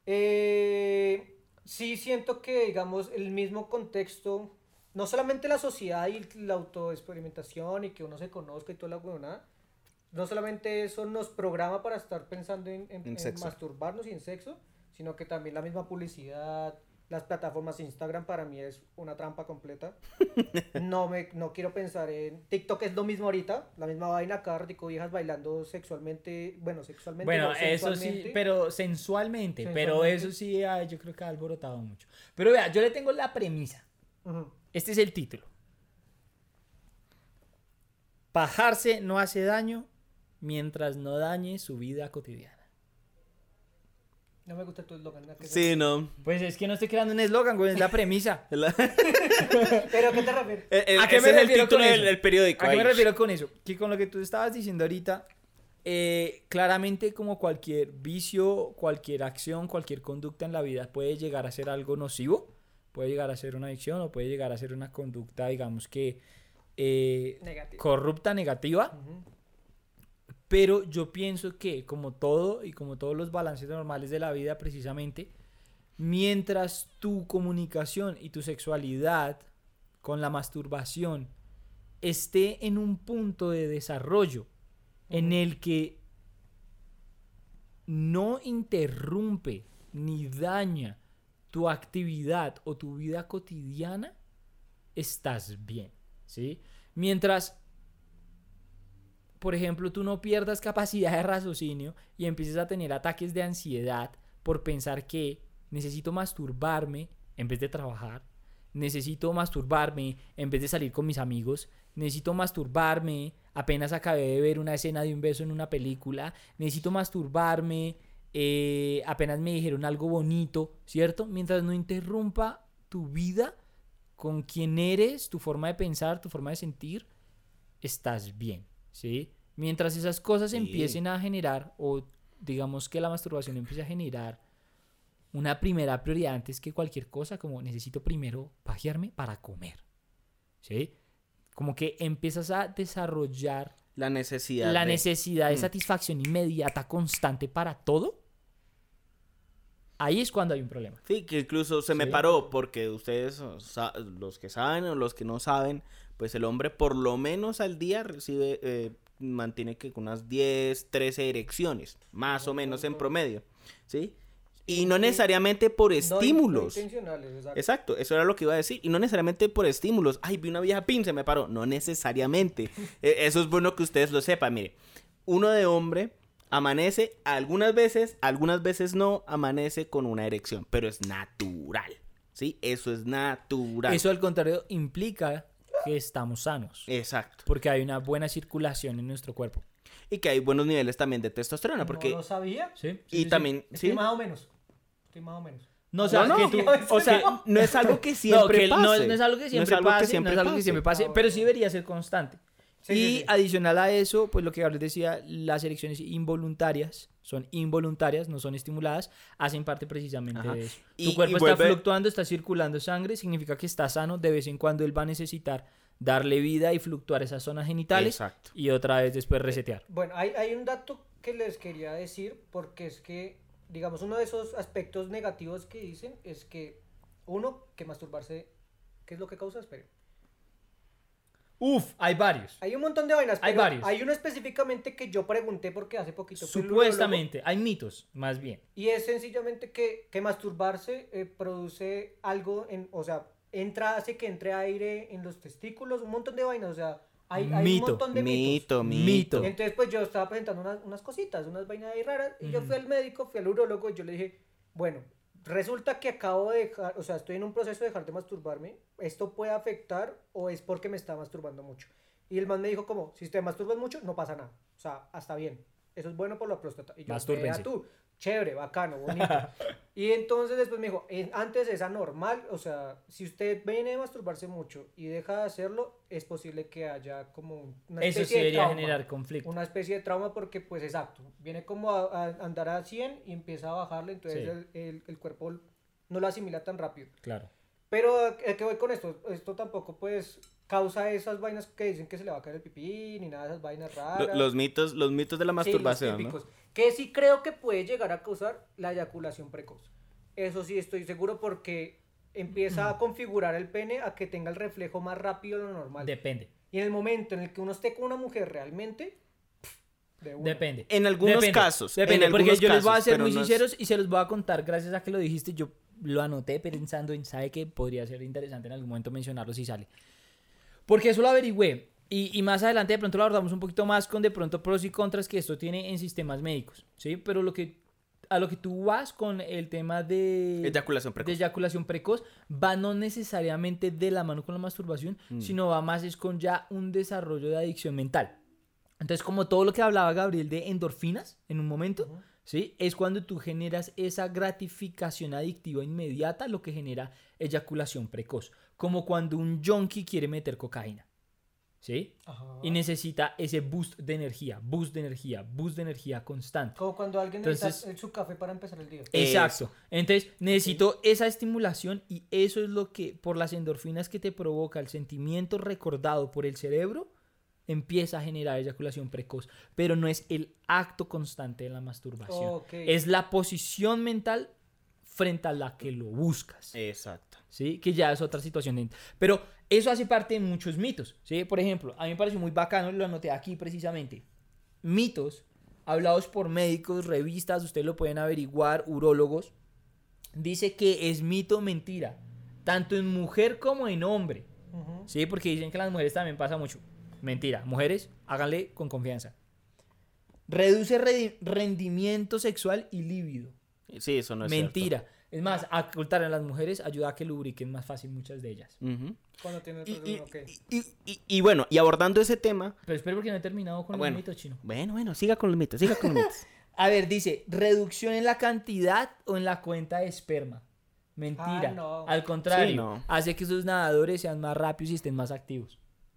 eh, sí siento que, digamos, el mismo contexto, no solamente la sociedad y la autoexperimentación y que uno se conozca y toda la huevonada, no solamente eso nos programa para estar pensando en, en- En en sexo. masturbarnos y en sexo, sino que también la misma publicidad, Las plataformas, Instagram para mí es una trampa completa. No me no quiero pensar en TikTok, es lo mismo ahorita, la misma vaina, cada ratico viejas bailando sexualmente, bueno, sexualmente Bueno, no, eso sí, sensualmente. pero sensualmente, pero Sensualmente. eso sí, ah, yo creo que ha alborotado mucho. Pero vea, yo le tengo la premisa. Ujú. Este es el título. Pajarse no hace daño mientras no dañe su vida cotidiana. No me gusta tu eslogan. ¿no? ¿Qué Sí, no. Pues es que no estoy creando un eslogan, güey, es la premisa. La- ¿Pero qué te refieres? Eh, eh, ¿A qué ese me es el refiero título con del, eso? del periódico. ¿A qué me ahí. refiero con eso? Que con lo que tú estabas diciendo ahorita, eh, claramente como cualquier vicio, cualquier acción, cualquier conducta en la vida puede llegar a ser algo nocivo, puede llegar a ser una adicción o puede llegar a ser una conducta, digamos que eh, Negativo. corrupta, negativa. Ujú. Pero yo pienso que, como todo y como todos los balances normales de la vida, precisamente, mientras tu comunicación y tu sexualidad con la masturbación esté en un punto de desarrollo en Ujú. el que no interrumpe ni daña tu actividad o tu vida cotidiana, estás bien, ¿sí? Mientras, por ejemplo, tú no pierdas capacidad de raciocinio y empieces a tener ataques de ansiedad por pensar que necesito masturbarme en vez de trabajar, necesito masturbarme en vez de salir con mis amigos, necesito masturbarme apenas acabé de ver una escena de un beso en una película, necesito masturbarme eh, apenas me dijeron algo bonito, ¿cierto? Mientras no interrumpa tu vida con quién eres, tu forma de pensar, tu forma de sentir, estás bien. ¿Sí? Mientras esas cosas Sí. empiecen a generar, o digamos que la masturbación empiece a generar una primera prioridad antes que cualquier cosa, como necesito primero pajearme para comer, ¿sí? Como que empiezas a desarrollar La necesidad. la de- necesidad de Mm. satisfacción inmediata, constante para todo. Ahí es cuando hay un problema. Sí, que incluso se me Sí. paró porque ustedes, o sa- los que saben o los que no saben, pues el hombre por lo menos al día recibe, eh, mantiene que unas diez, trece erecciones, más o menos en promedio, ¿sí? Y no Y- necesariamente por No in- estímulos. No intencionales, exacto. Exacto, eso era lo que iba a decir. Y no necesariamente por estímulos. Ay, vi una vieja pin, se me paró. No necesariamente. Eh, Eso es bueno que ustedes lo sepan. Mire, uno de hombre amanece algunas veces, algunas veces no, amanece con una erección. Pero es natural. ¿Sí? Eso es natural. Eso al contrario implica que estamos sanos. Exacto. Porque hay una buena circulación en nuestro cuerpo. Y que hay buenos niveles también de testosterona. No Porque... lo sabía. ¿Sí? y también... Estoy ¿sí? más o menos. Estoy más o menos. No, o sea, No, no, que tú... o sea, no es algo que No, siempre que pase. no, es, no es algo que siempre algo pase, siempre no es algo que pase. siempre pase, Ah, pero bueno. sí debería ser constante. Sí, y sí, sí. adicional a eso, pues lo que Gabriel decía, las erecciones involuntarias son involuntarias, no son estimuladas, hacen parte precisamente Ajá. de eso. Y- Tu cuerpo y está vuelve- fluctuando, está circulando sangre, significa que está sano, de vez en cuando él va a necesitar darle vida y fluctuar esas zonas genitales Exacto. y otra vez después resetear. Bueno, hay, hay un dato que les quería decir, porque es que, digamos, uno de esos aspectos negativos que dicen es que, uno, que masturbarse, ¿qué es lo que causa? Esperen. Uf, hay varios. Hay un montón de vainas, Hay pero varios. hay uno específicamente que yo pregunté porque hace poquito fui al Supuestamente, hay mitos, más bien. urólogo, y es sencillamente que, que masturbarse eh, produce algo, en, o sea, entra, hace que entre aire en los testículos, un montón de vainas, o sea, hay, hay Mito, un montón de mitos. Mito, Mito. mito. Entonces, pues yo estaba presentando unas, unas cositas, unas vainas ahí raras, y yo fui al médico, fui al urólogo, y yo le dije, bueno, resulta que acabo de dejar, o sea, estoy en un proceso de dejar de masturbarme, ¿esto puede afectar o es porque me está masturbando mucho? Y el man me dijo como, si te masturbas mucho, no pasa nada, o sea, hasta bien, eso es bueno por la próstata. Y yo, Mastúrbense. vea tú, chévere, bacano, bonito. Y entonces después me dijo, "En- antes es anormal, o sea, si usted viene a masturbarse mucho y deja de hacerlo, es posible que haya como una Eso especie sí de debería trauma. generar conflicto. Una especie de trauma porque, pues, exacto, viene como a, a andar a cien y empieza a bajarle, entonces Sí. el, el- el cuerpo no lo asimila tan rápido. Claro. Pero, ¿a qué voy con esto? Esto tampoco, pues, causa esas vainas que dicen que se le va a caer el pipí, ni nada de esas vainas Lo- raras. Los mitos, los mitos de la Sí, los masturbación, ¿no? típicos. Que sí creo que puede llegar a causar la eyaculación precoz. Eso sí estoy seguro porque empieza Mm. a configurar el pene a que tenga el reflejo más rápido de lo normal. Depende. Y en el momento en el que uno esté con una mujer realmente, pff, de una. Depende. En algunos Depende, casos. Depende, en porque algunos yo les voy a casos, ser pero muy no es- sinceros y se los voy a contar gracias a que lo dijiste. Yo lo anoté pensando en, ¿sabe qué? Podría ser interesante en algún momento mencionarlo si sale. Porque eso lo averigüé. Y, y más adelante de pronto lo abordamos un poquito más con de pronto pros y contras que esto tiene en sistemas médicos, ¿sí? Pero lo que, a lo que tú vas con el tema de... Eyaculación precoz. De eyaculación precoz va no necesariamente de la mano con la masturbación, mm. sino va más es con ya un desarrollo de adicción mental. Entonces, como todo lo que hablaba Gabriel de endorfinas en un momento, uh-huh. ¿sí? Es cuando tú generas esa gratificación adictiva inmediata, lo que genera eyaculación precoz. Como cuando un junkie quiere meter cocaína. ¿Sí? Ajá. Y necesita ese boost de energía, boost de energía, boost de energía constante. Como cuando alguien Entonces, necesita su café para empezar el día. Exacto. Entonces, necesito sí. esa estimulación y eso es lo que, por las endorfinas que te provoca el sentimiento recordado por el cerebro, empieza a generar eyaculación precoz. Pero no es el acto constante de la masturbación. Okay. Es la posición mental frente a la que lo buscas. Exacto. ¿Sí? Que ya es otra situación. Pero eso hace parte de muchos mitos, ¿sí? Por ejemplo, a mí me pareció muy bacano, lo anoté aquí precisamente. Mitos hablados por médicos, revistas, ustedes lo pueden averiguar, urólogos. Dice que es mito mentira, tanto en mujer como en hombre. Uh-huh. ¿Sí? Porque dicen que en las mujeres también pasa mucho. Mentira. Mujeres, háganle con confianza. Reduce re- rendimiento sexual y líbido. Sí, eso no es mentira. cierto. Es más, ocultar a las mujeres ayuda a que lubriquen más fácil muchas de ellas. Uh-huh. Cuando tienen y, y, okay. y, y, y bueno, y abordando ese tema... Pero espero porque no he terminado con bueno, los mitos, Chino. Bueno, bueno, siga con los mitos, siga con los mitos. A ver, dice, reducción en la cantidad o en la cuenta de esperma. Mentira. Ah, no. Al contrario, sí, no. hace que sus nadadores sean más rápidos y estén más activos.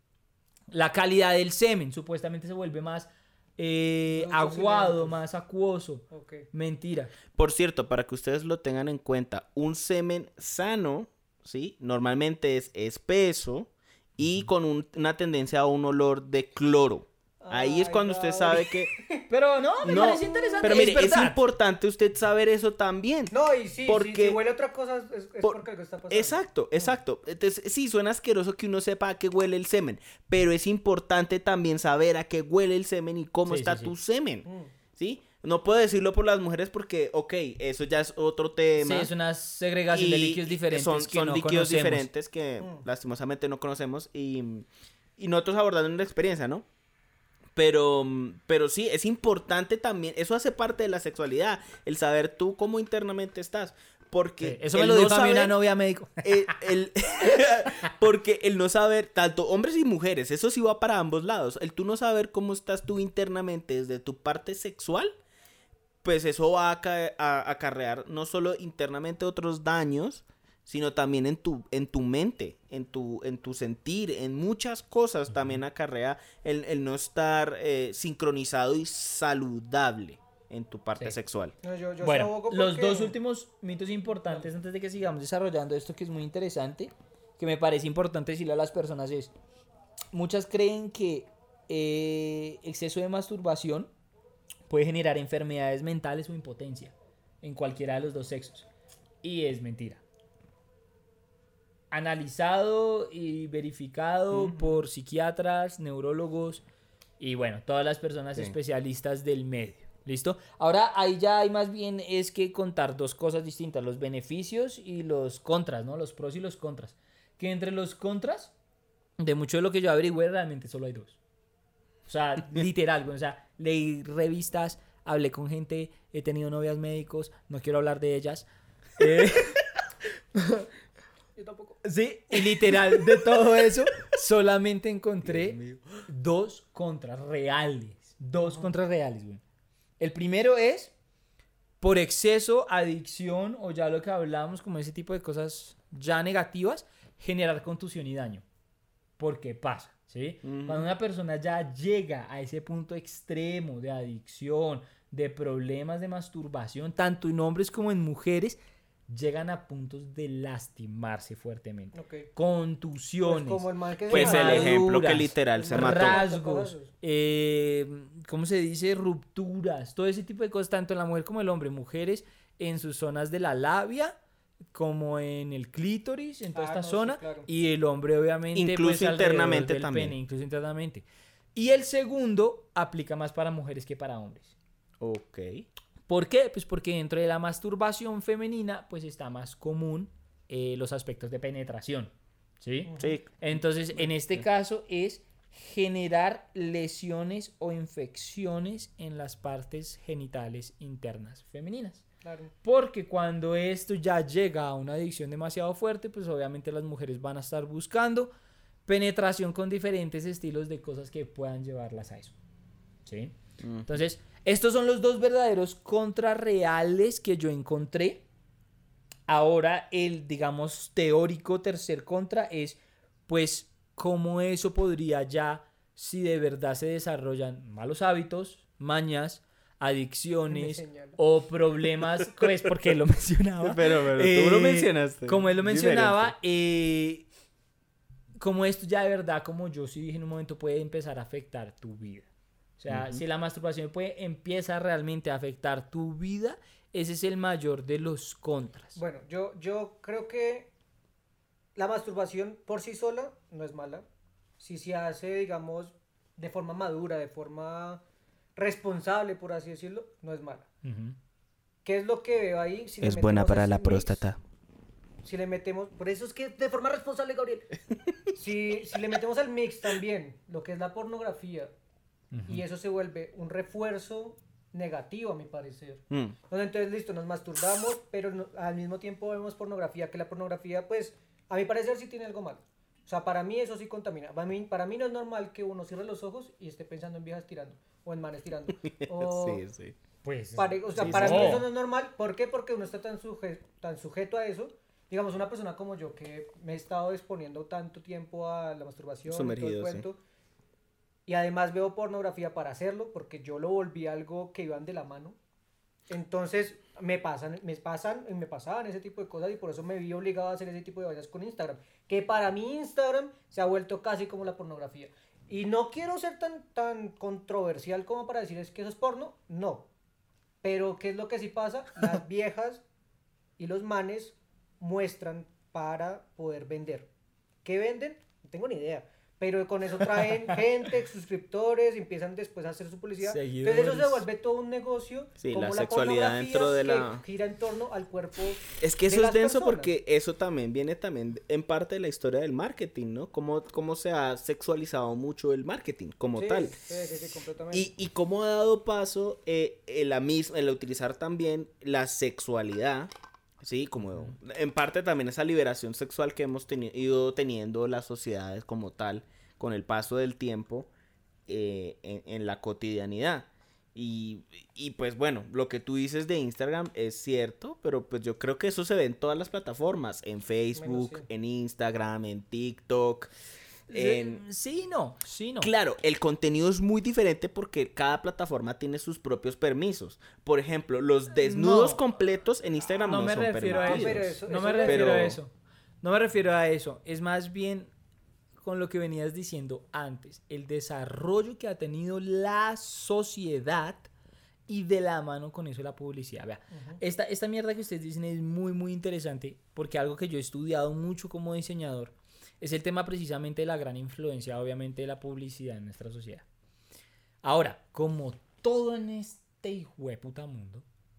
La calidad del semen supuestamente se vuelve más... Eh, aguado, más acuoso. Okay. Mentira. Por cierto, para que ustedes lo tengan en cuenta, un semen sano, ¿sí? Normalmente es espeso y con un, una tendencia a un olor de cloro. Ahí Ay, es cuando usted sabe que... Pero no, me no, parece interesante. Pero mire, es, es importante usted saber eso también. No, y sí, porque... si, si huele otra cosa es, es por... porque algo está pasando. Exacto, exacto. Entonces, sí, suena asqueroso que uno sepa a qué huele el semen, pero es importante también saber a qué huele el semen y cómo sí, está sí, tu sí. semen, mm. ¿sí? No puedo decirlo por las mujeres porque, ok, eso ya es otro tema. Sí, es una segregación de líquidos diferentes son, que son no líquidos conocemos. diferentes que mm. lastimosamente no conocemos y, y nosotros abordando una experiencia, ¿no? Pero, pero sí, es importante también, eso hace parte de la sexualidad, el saber tú cómo internamente estás. Porque sí, eso me lo dijo no a mí una novia médico. El, el, porque el no saber, tanto hombres y mujeres, eso sí va para ambos lados. El tú no saber cómo estás tú internamente desde tu parte sexual, pues eso va a, ca- a acarrear no solo internamente otros daños, sino también en tu, en tu mente, en tu, en tu sentir, en muchas cosas uh-huh. también acarrea el, el no estar eh, sincronizado y saludable en tu parte sí. sexual. No, yo, yo bueno, los dos últimos mitos importantes antes de que sigamos desarrollando esto que es muy interesante, que me parece importante decirle a las personas es, muchas creen que eh, exceso de masturbación puede generar enfermedades mentales o impotencia en cualquiera de los dos sexos. Y es mentira. Analizado y verificado uh-huh. por psiquiatras, neurólogos y bueno, todas las personas sí. especialistas del medio. ¿Listo? Ahora ahí ya hay más bien es que contar dos cosas distintas, los beneficios y los contras, ¿no? Los pros y los contras. Que entre los contras, de mucho de lo que yo averigüé, realmente solo hay dos. O sea, literal, o sea, leí revistas, hablé con gente, he tenido novias médicos, no quiero hablar de ellas. Eh... Yo tampoco. Sí, y literal, de todo eso, solamente encontré dos contras reales. Dos uh-huh. contras reales, güey. El primero es por exceso, adicción o ya lo que hablamos, como ese tipo de cosas ya negativas, generar contusión y daño. Porque pasa, ¿sí? Uh-huh. Cuando una persona ya llega a ese punto extremo de adicción, de problemas de masturbación, tanto en hombres como en mujeres, llegan a puntos de lastimarse fuertemente. Okay. Contusiones. Pues, como el mal que pues el ejemplo que literal se mató. Rasgos. Eh, ¿Cómo se dice? Rupturas. Todo ese tipo de cosas, tanto en la mujer como en el hombre. Mujeres en sus zonas de la labia, como en el clítoris, en toda ah, esta no, zona. Sí, claro. Y el hombre, obviamente, incluso pues, internamente también. Pene, incluso internamente. Y el segundo aplica más para mujeres que para hombres. Ok. ¿Por qué? Pues porque dentro de la masturbación femenina pues está más común eh, los aspectos de penetración, ¿sí? Sí. Entonces, en este caso es generar lesiones o infecciones en las partes genitales internas femeninas. Claro. Porque cuando esto ya llega a una adicción demasiado fuerte, pues obviamente las mujeres van a estar buscando penetración con diferentes estilos de cosas que puedan llevarlas a eso, ¿sí? Uh-huh. Entonces, estos son los dos verdaderos contras reales que yo encontré. Ahora, el, digamos, teórico tercer contra es, pues, cómo eso podría ya, si de verdad se desarrollan malos hábitos, mañas, adicciones o problemas, pues, porque él lo mencionaba. Pero, pero eh, tú lo mencionaste. Como él lo mencionaba, eh, como esto ya de verdad, como yo sí dije en un momento, puede empezar a afectar tu vida. O sea, uh-huh. si la masturbación puede, empieza realmente a afectar tu vida, ese es el mayor de los contras. Bueno, yo, yo creo que la masturbación por sí sola no es mala. Si se hace, digamos, de forma madura, de forma responsable, por así decirlo, no es mala. Uh-huh. ¿Qué es lo que veo ahí? Si es buena para la mix, próstata. Si le metemos, por eso es que de forma responsable, Gabriel. si, si le metemos al mix también lo que es la pornografía, uh-huh. y eso se vuelve un refuerzo negativo, a mi parecer. Mm. Entonces, listo, nos masturbamos, pero no, al mismo tiempo vemos pornografía, que la pornografía, pues, a mi parecer sí tiene algo malo. O sea, para mí eso sí contamina. Para mí, para mí no es normal que uno cierre los ojos y esté pensando en viejas tirando, o en manes tirando. O, sí, sí. Pues, para, o sea, sí, para sí. mí eso no es normal. ¿Por qué? Porque uno está tan, suje, tan sujeto a eso. Digamos, una persona como yo, que me he estado exponiendo tanto tiempo a la masturbación, sumergido, todo el cuento, sí. Y además veo pornografía para hacerlo, porque yo lo volví algo que iban de la mano. Entonces me pasan, me pasan, me pasaban ese tipo de cosas y por eso me vi obligado a hacer ese tipo de vainas con Instagram. Que para mí Instagram se ha vuelto casi como la pornografía. Y no quiero ser tan, tan controversial como para decir es que eso es porno, no. Pero ¿qué es lo que sí pasa? Las viejas y los manes muestran para poder vender. ¿Qué venden? No tengo ni idea. Pero con eso traen gente, suscriptores, y empiezan después a hacer su publicidad. Seguidores. Entonces eso se vuelve todo un negocio. Sí, como la, la sexualidad dentro de la... que gira en torno al cuerpo. Es que eso de es denso personas. Porque eso también viene también en parte de la historia del marketing, ¿no? Cómo, cómo se ha sexualizado mucho el marketing como sí, tal. Sí, sí, sí, completamente. Y, y cómo ha dado paso eh, el, la misma, el utilizar también la sexualidad... Sí, como en parte también esa liberación sexual que hemos teni- ido teniendo las sociedades como tal con el paso del tiempo eh, en, en la cotidianidad. Y, y pues bueno, lo que tú dices de Instagram es cierto, pero pues yo creo que eso se ve en todas las plataformas, en Facebook, bueno, sí. en Instagram, en TikTok. En... Sí, no, sí, no. Claro, el contenido es muy diferente porque cada plataforma tiene sus propios permisos. Por ejemplo, los desnudos no. completos en Instagram no, no me son refiero permitidos. A eso. Eso, no eso me refiero pero... a eso. No me refiero a eso. Es más bien con lo que venías diciendo antes. El desarrollo que ha tenido la sociedad y de la mano con eso la publicidad. Vea, uh-huh. esta, esta mierda que ustedes dicen es muy, muy interesante porque algo que yo he estudiado mucho como diseñador es el tema precisamente de la gran influencia, obviamente, de la publicidad en nuestra sociedad. Ahora, como todo en este hijueputa mundo,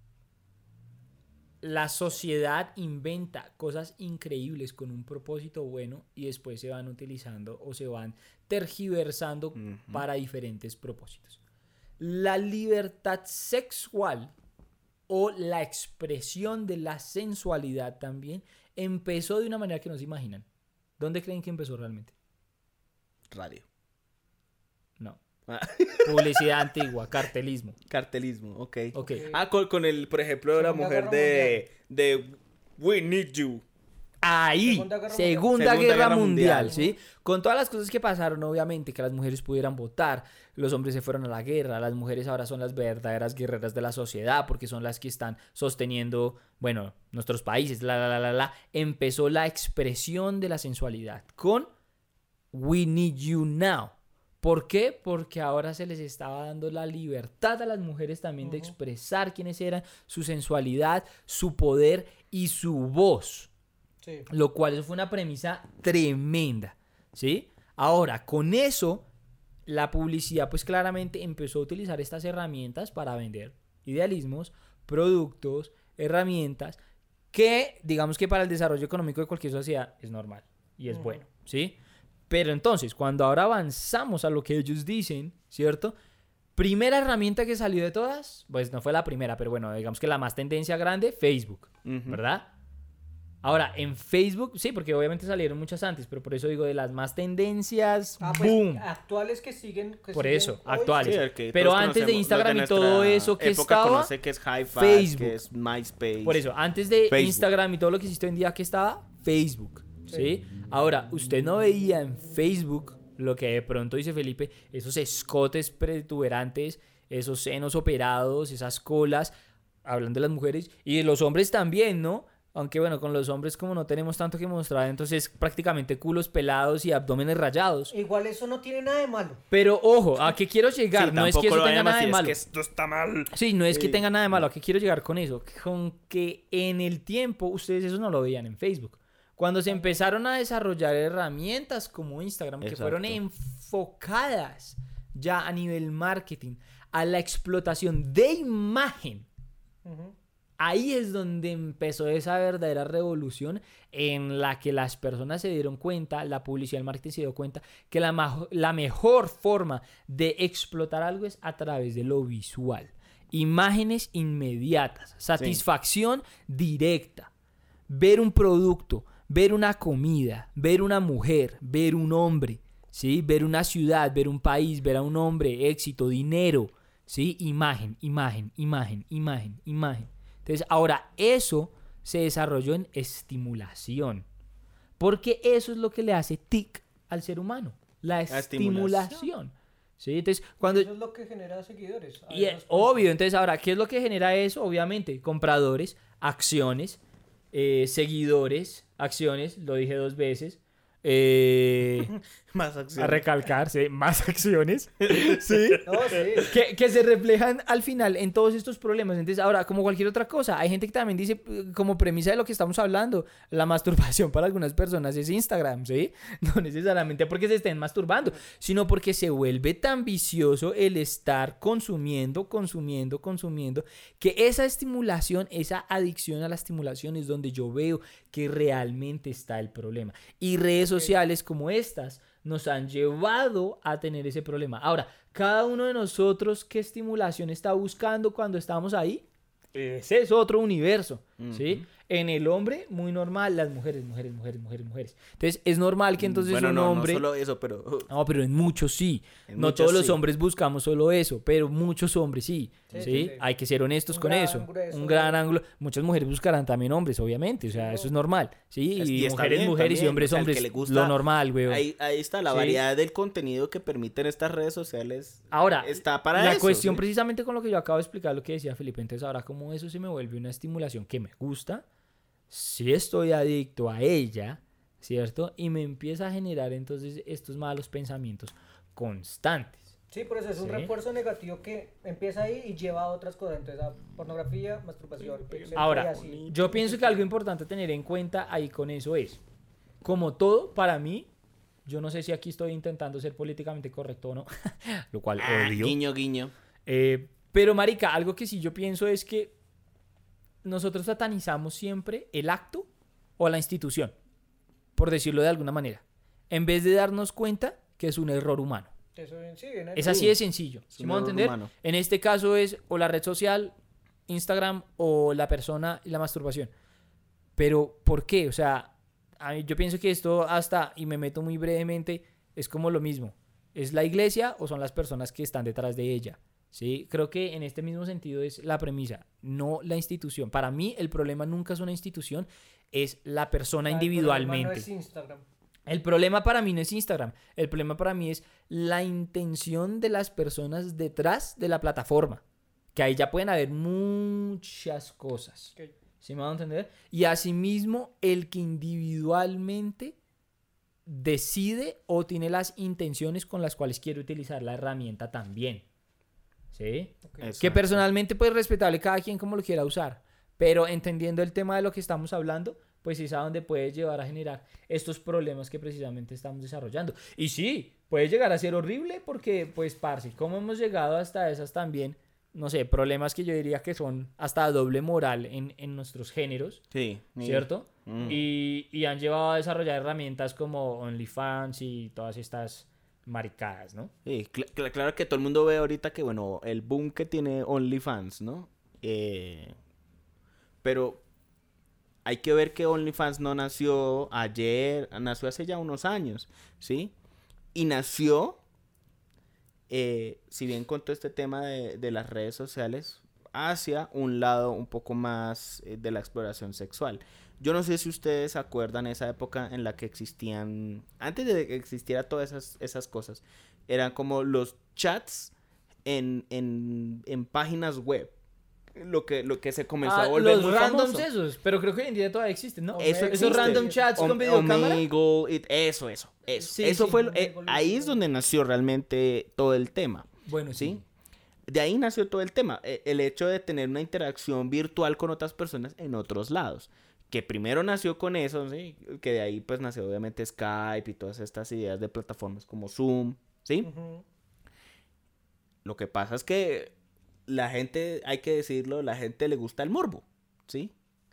la sociedad inventa cosas increíbles con un propósito bueno y después se van utilizando o se van tergiversando uh-huh. para diferentes propósitos. La libertad sexual o la expresión de la sensualidad también empezó de una manera que no se imaginan. ¿Dónde creen que empezó realmente? Radio. No. Ah. Publicidad antigua, cartelismo. Cartelismo, ok. okay. Ah, con, con el, por ejemplo, Segunda la mujer de, de We Need You. Ahí, Segunda Guerra, Segunda Guerra, Guerra Mundial, Mundial, ¿sí? Con todas las cosas que pasaron, obviamente, que las mujeres pudieran votar, los hombres se fueron a la guerra, las mujeres ahora son las verdaderas guerreras de la sociedad, porque son las que están sosteniendo, bueno, nuestros países, la, la, la, la, la. Empezó la expresión de la sensualidad con We Need You Now. ¿Por qué? Porque ahora se les estaba dando la libertad a las mujeres también uh-huh. de expresar quiénes eran, su sensualidad, su poder y su voz. Sí. Lo cual eso fue una premisa tremenda, ¿sí? Ahora, con eso, la publicidad pues claramente empezó a utilizar estas herramientas para vender idealismos, productos, herramientas que digamos que para el desarrollo económico de cualquier sociedad es normal y es uh-huh. bueno, ¿sí? Pero entonces, cuando ahora avanzamos a lo que ellos dicen, ¿cierto? Primera herramienta que salió de todas, pues no fue la primera, pero bueno, digamos que la más tendencia grande, Facebook, uh-huh. ¿verdad? Ahora, en Facebook, sí, porque obviamente salieron muchas antes, pero por eso digo de las más tendencias, ah, pues, boom. Actuales que siguen. Que por siguen eso, hoy, actuales. Sí, pero antes de Instagram de y todo eso que estaba, conoce que es Hi-Fi, Facebook. Que es MySpace. Por eso, antes de Facebook. Instagram y todo lo que existe hoy en día, que estaba Facebook, ¿sí? ¿sí? Ahora, usted no veía en Facebook lo que de pronto dice Felipe, esos escotes protuberantes, esos senos operados, esas colas, hablando de las mujeres y de los hombres también, ¿no? Aunque bueno, con los hombres como no tenemos tanto que mostrar, entonces prácticamente culos pelados y abdómenes rayados. Igual eso no tiene nada de malo. Pero ojo, ¿a qué quiero llegar? Sí, no es que eso tenga nada de malo. Es que esto está mal. Sí, no es sí. que tenga nada de malo. ¿A qué quiero llegar con eso? Con que en el tiempo ustedes eso no lo veían en Facebook. Cuando se empezaron a desarrollar herramientas como Instagram, que Exacto. fueron enfocadas ya a nivel marketing, a la explotación de imagen, uh-huh. ahí es donde empezó esa verdadera revolución en la que las personas se dieron cuenta, la publicidad y el marketing se dio cuenta que la, ma- la mejor forma de explotar algo es a través de lo visual. Imágenes inmediatas, satisfacción sí. directa, ver un producto, ver una comida, ver una mujer, ver un hombre, ¿sí? Ver una ciudad, ver un país, ver a un hombre, éxito, dinero, ¿sí? Imagen, imagen, imagen, imagen, imagen. Entonces, ahora eso se desarrolló en estimulación. Porque eso es lo que le hace tic al ser humano. La estimulación. estimulación. ¿Sí? Entonces, cuando... Eso es lo que genera seguidores. Y es obvio. Entonces, ahora, ¿qué es lo que genera eso? Obviamente, compradores, acciones, eh, seguidores, acciones, lo dije dos veces. Eh, más acciones. A recalcar, ¿sí? Más acciones. ¿Sí? No, sí. Que, que se reflejan al final en todos estos problemas. Entonces, ahora, como cualquier otra cosa, hay gente que también dice, como premisa de lo que estamos hablando, la masturbación para algunas personas es Instagram, ¿sí? No necesariamente porque se estén masturbando, sino porque se vuelve tan vicioso el estar consumiendo, consumiendo, consumiendo, que esa estimulación, esa adicción a la estimulación es donde yo veo que realmente está el problema. Y redes sociales como estas nos han llevado a tener ese problema. Ahora, cada uno de nosotros, ¿qué estimulación está buscando cuando estamos ahí? Ese es otro universo, uh-huh. ¿sí? En el hombre, muy normal, las mujeres, mujeres, mujeres, mujeres, mujeres. Entonces, es normal que entonces bueno, un no, hombre... no solo eso, pero... No, pero en muchos sí. En no muchos todos los sí. hombres buscamos solo eso, pero muchos hombres sí, ¿sí? Sí, sí, sí. Hay que ser honestos un con eso. Grueso, un gran ángulo. Muchas mujeres buscarán también hombres, obviamente, o sea, sí, eso es normal, ¿sí? Es, y, y mujeres, bien, mujeres también. y hombres, O sea, hombres, que le gusta, lo normal, güey. Ahí, ahí está, la ¿sí? variedad del contenido que permiten estas redes sociales. Ahora, está para la eso, cuestión ¿sí? precisamente con lo que yo acabo de explicar, lo que decía Felipe, entonces ahora como eso se me vuelve una estimulación que me gusta, si estoy adicto a ella, ¿cierto? Y me empieza a generar entonces estos malos pensamientos constantes. Sí, por eso es un ¿sí? refuerzo negativo que empieza ahí y lleva a otras cosas. Entonces, a pornografía, masturbación, etcétera, Ahora, y así. yo pienso que algo importante a tener en cuenta ahí con eso es, como todo, para mí, yo no sé si aquí estoy intentando ser políticamente correcto o no, lo cual Ah, odio. guiño, guiño. Eh, pero, marica, algo que sí yo pienso es que nosotros satanizamos siempre el acto o la institución, por decirlo de alguna manera, en vez de darnos cuenta que es un error humano. Eso, sí, viene Es así de sencillo. ¿Sí me voy a entender? Humano. En este caso es o la red social, Instagram, o la persona y la masturbación. Pero, ¿por qué? O sea, a mí, yo pienso que esto hasta, y me meto muy brevemente, es como lo mismo. ¿Es la iglesia o son las personas que están detrás de ella? ¿Sí? Creo que en este mismo sentido es la premisa, no la institución. Para mí el problema nunca es una institución, es la persona Ah, individualmente. El problema no es Instagram. El problema para mí no es Instagram, el problema para mí es la intención de las personas detrás de la plataforma, que ahí ya pueden haber muchas cosas. Okay. ¿Sí me van a entender? Y asimismo el que individualmente decide o tiene las intenciones con las cuales quiere utilizar la herramienta también. ¿Sí? Okay. Que personalmente pues respetable cada quien como lo quiera usar, pero entendiendo el tema de lo que estamos hablando, pues es a donde puede llevar a generar estos problemas que precisamente estamos desarrollando. Y sí, puede llegar a ser horrible porque pues parce, ¿cómo hemos llegado hasta esas también no sé, problemas que yo diría que son hasta doble moral en, en nuestros géneros, Sí. ¿cierto? Mm. Y, y han llevado a desarrollar herramientas como OnlyFans y todas estas maricadas, ¿no? Sí, cl- cl- claro que todo el mundo ve ahorita que, bueno, el boom que tiene OnlyFans, ¿no? Eh, pero hay que ver que OnlyFans no nació ayer, nació hace ya unos años, ¿sí? Y nació, eh, si bien con todo este tema de, de las redes sociales, hacia un lado un poco más eh, de la exploración sexual. Yo no sé si ustedes se acuerdan esa época en la que existían, antes de que existiera todas esas, esas cosas, eran como los chats en, en, en páginas web. Lo que, lo que se comenzó Ah, a volver los muy randoms famoso. esos, pero creo que hoy en día todavía existen, ¿no? Omegle, Eso Esos existe. random chats Om- con videocámara. Omegle, it- eso, eso, eso. Sí, eso sí. fue, lo- eh, Omegle, ahí es sí. donde nació realmente todo el tema, Bueno, ¿sí? sí. De ahí nació todo el tema, eh, el hecho de tener una interacción virtual con otras personas en otros lados. Que primero nació con eso, ¿sí? Que de ahí pues nació obviamente Skype y todas estas ideas de plataformas como Zoom, ¿sí? Ujú. Lo que pasa es que la gente, hay que decirlo, la gente le gusta el morbo, ¿sí?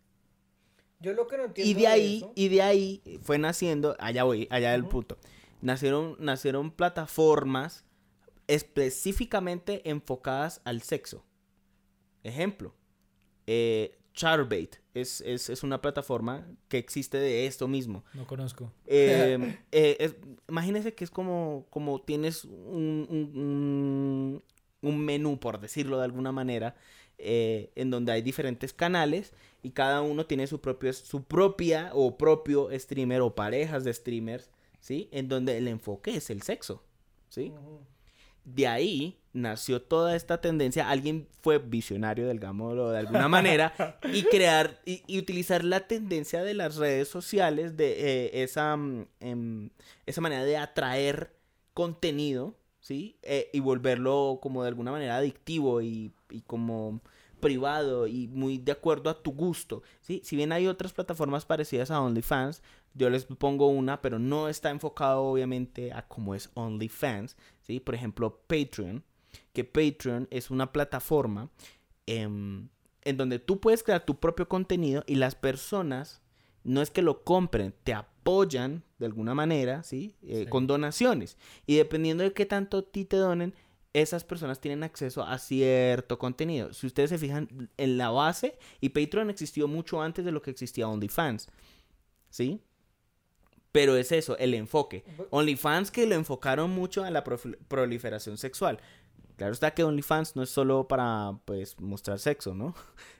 Yo lo que no entiendo Y de ahí, eso, y de ahí fue naciendo, allá voy, allá del Ujú. punto. Nacieron, nacieron plataformas específicamente enfocadas al sexo. Ejemplo, eh, Charbait es, es, es una plataforma que existe de esto mismo. No conozco. Eh, eh, es- imagínese que es como, como tienes un, un, un- un menú, por decirlo de alguna manera, eh, en donde hay diferentes canales y cada uno tiene su, propio, su propia o propio streamer o parejas de streamers, ¿sí? En donde el enfoque es el sexo, ¿sí? Ujú. De ahí nació toda esta tendencia. Alguien fue visionario, digámoslo de alguna manera, y crear y, y utilizar la tendencia de las redes sociales, de eh, esa, mm, em, esa manera de atraer contenido, ¿sí? Eh, y volverlo como de alguna manera adictivo y, y como privado y muy de acuerdo a tu gusto, ¿sí? Si bien hay otras plataformas parecidas a OnlyFans, yo les pongo una, pero no está enfocado obviamente a cómo es OnlyFans, ¿sí? Por ejemplo, Patreon, que Patreon es una plataforma em, en donde tú puedes crear tu propio contenido y las personas no es que lo compren, te apoyan de alguna manera, ¿sí? Eh, Sí. Con donaciones. Y dependiendo de qué tanto a ti te donen, esas personas tienen acceso a cierto contenido. Si ustedes se fijan en la base, y Patreon existió mucho antes de lo que existía OnlyFans, ¿sí? Pero es eso, el enfoque. Bu- OnlyFans que lo enfocaron mucho a la prof- proliferación sexual. Claro está que OnlyFans no es solo para, pues, mostrar sexo, ¿no?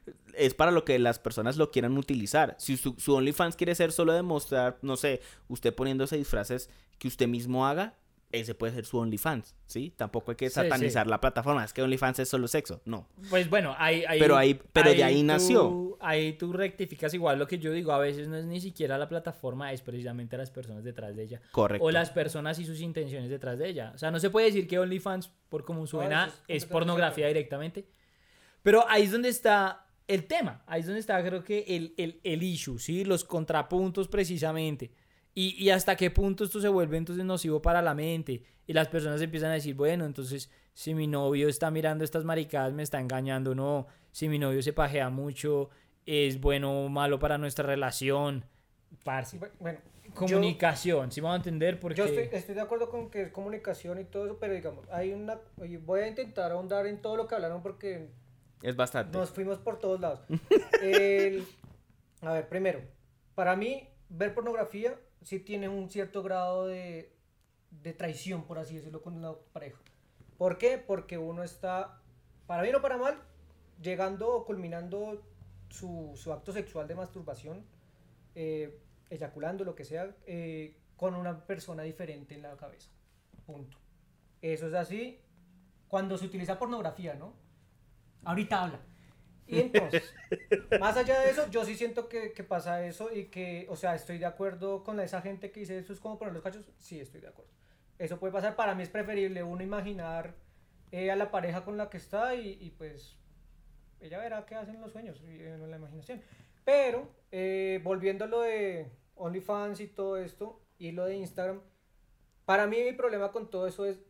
Es para lo que las personas lo quieran utilizar. Si su, su OnlyFans quiere ser solo de mostrar, no sé, usted poniéndose disfraces que usted mismo haga, ese puede ser su OnlyFans, ¿sí? Tampoco hay que Sí, satanizar sí. la plataforma. Es que OnlyFans es solo sexo. No. Pues bueno, ahí, ahí, Pero ahí- pero de ahí tú- nació. Ahí tú rectificas igual lo que yo digo. A veces no es ni siquiera la plataforma, es precisamente las personas detrás de ella. Correcto. O las personas y sus intenciones detrás de ella. O sea, no se puede decir que OnlyFans, por como suena, eso es es completamente pornografía cierto. directamente. Pero ahí es donde está el tema. Ahí es donde está, creo que, el, el, el issue, ¿sí? Los contrapuntos precisamente. Y, y hasta qué punto esto se vuelve entonces nocivo para la mente. Y las personas empiezan a decir, bueno, entonces si mi novio está mirando estas maricadas me está engañando, no. Si mi novio se pajea mucho, es bueno o malo para nuestra relación. Parce. Bu- Bueno, Comunicación, ¿sí me van a entender? yo, Porque yo estoy, estoy de acuerdo con que es comunicación y todo eso, pero digamos, hay una, oye, voy a intentar ahondar en todo lo que hablaron porque Es bastante. nos fuimos por todos lados. El- a ver, primero, para mí, ver pornografía sí tiene un cierto grado de, de traición, por así decirlo, con la pareja. ¿Por qué? Porque uno está, para bien o para mal, llegando o culminando su, su acto sexual de masturbación, eh, eyaculando, lo que sea, eh, con una persona diferente en la cabeza. Punto. Eso es así cuando se utiliza pornografía, ¿no? Ahorita habla. Y entonces, más allá de eso, yo sí siento que, que pasa eso y que, o sea, estoy de acuerdo con esa gente que dice eso es como poner los cachos. Sí, estoy de acuerdo. Eso puede pasar. Para mí es preferible uno imaginar eh, a la pareja con la que está y, y pues ella verá qué hacen los sueños y en la imaginación. Pero, eh, volviendo a lo de OnlyFans y todo esto y lo de Instagram, para mí mi problema con todo eso es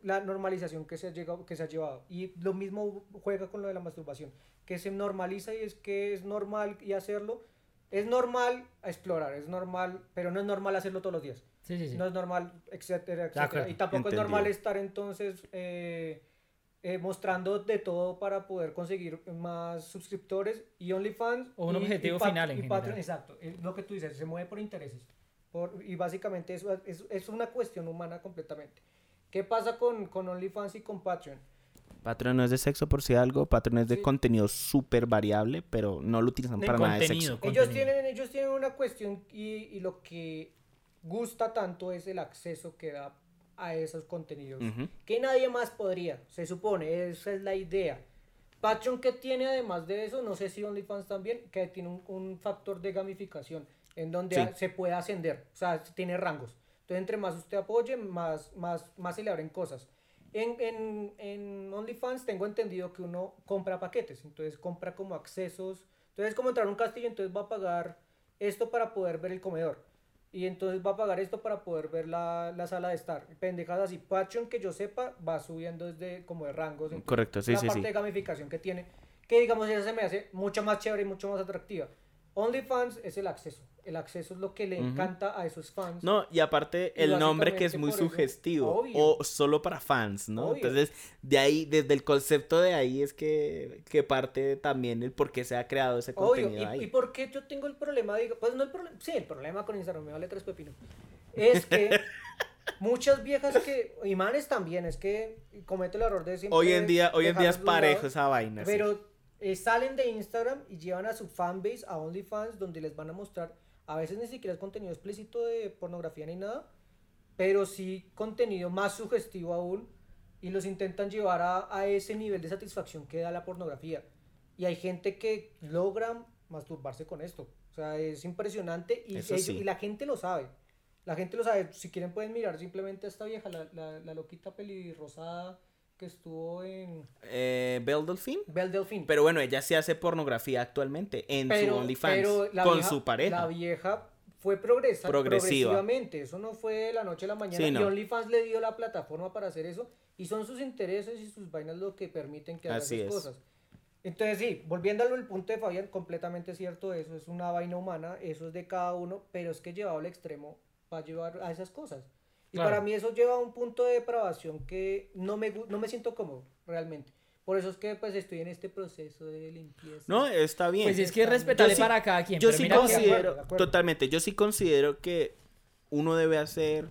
la normalización que se ha llegado, que se ha llevado. Y lo mismo juega con lo de la masturbación, que se normaliza y es que es normal y hacerlo. Es normal explorar, es normal, pero no es normal hacerlo todos los días. Sí, sí, sí. No es normal, etcétera, etcétera. Y tampoco Entendido. es normal estar entonces eh, eh, mostrando de todo para poder conseguir más suscriptores y OnlyFans. O un y, objetivo y Pat- final en y general. Patreon, exacto, es lo que tú dices, se mueve por intereses. Por, y básicamente eso es, es una cuestión humana completamente. ¿Qué pasa con, con OnlyFans y con Patreon? Patreon no es de sexo por si algo, Patreon es de Sí. contenido súper variable, pero no lo utilizan De para nada de contenido. sexo. Ellos Contenido. tienen, ellos tienen una cuestión y, y lo que gusta tanto es el acceso que da a esos contenidos Ujú. que nadie más podría, se supone, esa es la idea. Patreon, que tiene además de eso, no sé si OnlyFans también, que tiene un, un factor de gamificación en donde Sí. a- se puede ascender, o sea, tiene rangos. Entonces, entre más usted apoye, más, más, más se le abren cosas. En, en, en OnlyFans tengo entendido que uno compra paquetes, entonces compra como accesos. Entonces es como entrar a un castillo, entonces va a pagar esto para poder ver el comedor. Y entonces va a pagar esto para poder ver la, la sala de estar. Pendejadas así. Patreon, que yo sepa, va subiendo desde como de rangos. Entonces, Correcto, sí, la sí, parte sí. de gamificación que tiene, que digamos esa se me hace mucho más chévere y mucho más atractiva. OnlyFans es el acceso. El acceso es lo que le Ujú. encanta a esos fans. No, y aparte Y el nombre que es básicamente muy por eso, sugestivo, obvio. o solo para fans, ¿no? Obvio. Entonces, de ahí, desde el concepto de ahí es que, que parte también el por qué se ha creado ese Obvio, contenido ahí. y, y por qué yo tengo el problema, digo, pues no el problema, sí, el problema con Instagram, me vale tres pepinos, es que muchas viejas que, y manes también, es que comete el error de siempre Hoy en día, hoy en día es dejarlos de un lado, parejo esa vaina. sí. pero eh, salen de Instagram y llevan a su fanbase, a OnlyFans, donde les van a mostrar, a veces ni siquiera es contenido explícito de pornografía ni nada, pero sí contenido más sugestivo aún, y los intentan llevar a, a ese nivel de satisfacción que da la pornografía. Y hay gente que logra masturbarse con esto. O sea, es impresionante y, Eso ellos- sí. y la gente lo sabe. La gente lo sabe. Si quieren pueden mirar simplemente a esta vieja, la, la, la loquita pelirrosada que estuvo en Eh, Belle Delphine. Belle Delphine. Pero bueno, ella sí hace pornografía actualmente en su OnlyFans pero la con vieja- su pareja. La vieja fue progresa, Progresiva. progresivamente. Eso no fue de la noche a la mañana. Sí, no. Y OnlyFans le dio la plataforma para hacer eso. Y son sus intereses y sus vainas lo que permiten que haga Así esas es. cosas. Entonces sí, volviendo al punto de Fabián, completamente cierto, eso es una vaina humana, eso es de cada uno, pero es que llevado al extremo va a llevar a esas cosas. Y Claro. para mí eso lleva a un punto de depravación que no me, gu- no me siento cómodo, realmente. Por eso es que pues estoy en este proceso de limpieza. No, está bien. Pues es que es Yo respetable sí- para cada quien. Yo pero sí mira que- considero- considero, de acuerdo. totalmente, yo sí considero que uno debe hacer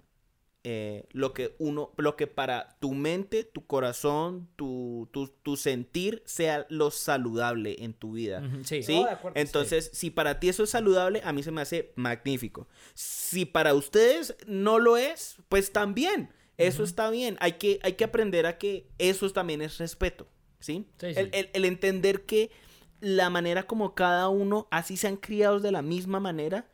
eh, lo que uno, lo que para tu mente, tu corazón, tu, tu, tu sentir sea lo saludable en tu vida. Ujú, sí. ¿Sí? No, de acuerdo. Entonces, si para ti eso es saludable, a mí se me hace magnífico. Si para ustedes no lo es, pues también. Eso Ujú. está bien. Hay que, hay que aprender a que eso también es respeto. ¿Sí? Sí, sí. El, el- el entender que la manera como cada uno, así sean criados de la misma manera,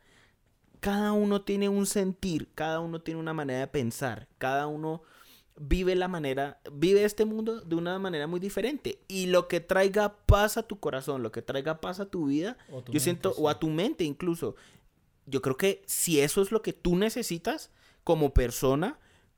cada uno tiene un sentir, cada uno tiene una manera de pensar, cada uno vive la manera, vive este mundo de una manera muy diferente. Y lo que traiga paz a tu corazón, lo que traiga paz a tu vida, O tu yo siento, mente, o a sí. tu mente incluso, yo creo que si eso es lo que tú necesitas como persona,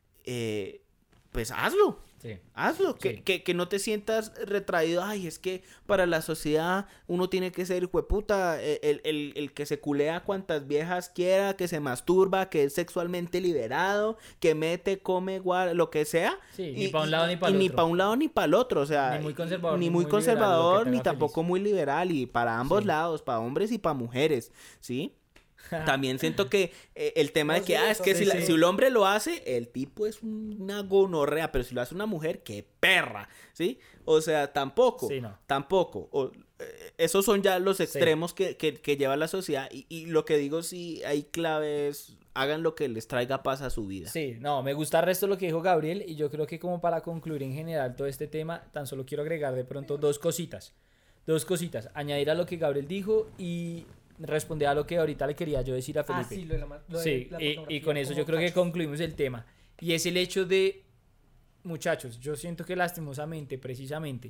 eh, pues hazlo. Sí. Hazlo, que, Sí. que, que no te sientas retraído. Ay, es que para la sociedad uno tiene que ser hijueputa, el, el, el, el que se culea cuantas viejas quiera, que se masturba, que es sexualmente liberado, que mete, come, guarda, lo que sea. Sí, ni pa' un lado ni pa' el y ni otro. para un lado ni para el otro. O sea, Ni muy conservador, ni ni muy muy liberal, lo que conservador, te ni haga tampoco feliz. muy liberal. Y para ambos Sí. lados, para hombres y para mujeres, ¿sí? También siento que eh, el tema No, de que, sí, ah, es eso que sí, si, la- sí. si un hombre lo hace, el tipo es una gonorrea, pero si lo hace una mujer, qué perra, ¿sí? O sea, tampoco, Sí, no. tampoco. O, eh, esos son ya los extremos que, que, que lleva la sociedad y, y lo que digo, sí, hay claves, hagan lo que les traiga paz a su vida. Sí, no, me gusta el resto de lo que dijo Gabriel y yo creo que como para concluir en general todo este tema, tan solo quiero agregar de pronto dos cositas. Dos cositas, añadir a lo que Gabriel dijo y responder a lo que ahorita le quería yo decir a Ah, Felipe. sí, lo de la, ma- lo de Sí, la y, y pornografía con eso como yo creo que cachos. concluimos el tema. Y es el hecho de, muchachos, yo siento que lastimosamente, precisamente,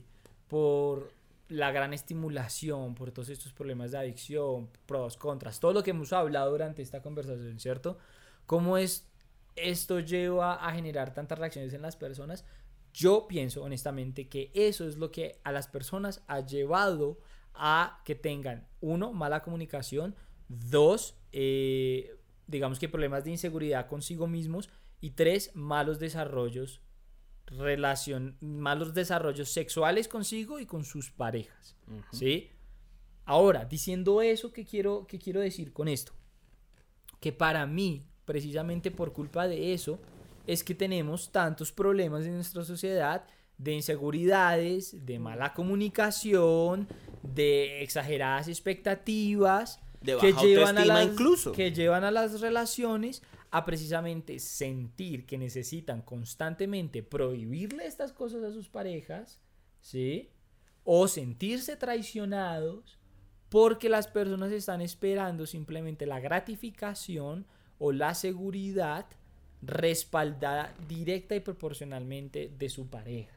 por la gran estimulación, por todos estos problemas de adicción, pros, contras, todo lo que hemos hablado durante esta conversación, ¿cierto? Cómo es esto lleva a generar tantas reacciones en las personas? Yo pienso honestamente que eso es lo que a las personas ha llevado a que tengan, uno, mala comunicación, dos, eh, digamos que problemas de inseguridad consigo mismos, y tres, malos desarrollos relación, malos desarrollos sexuales consigo y con sus parejas, uh-huh. ¿sí? Ahora, diciendo eso, ¿qué quiero, qué quiero decir con esto? Que para mí, precisamente por culpa de eso, es que tenemos tantos problemas en nuestra sociedad de inseguridades, de mala comunicación, de exageradas expectativas, de que baja llevan a las, incluso. que llevan a las relaciones a precisamente sentir que necesitan constantemente prohibirle estas cosas a sus parejas, ¿sí? O sentirse traicionados porque las personas están esperando simplemente la gratificación o la seguridad respaldada directa y proporcionalmente de su pareja.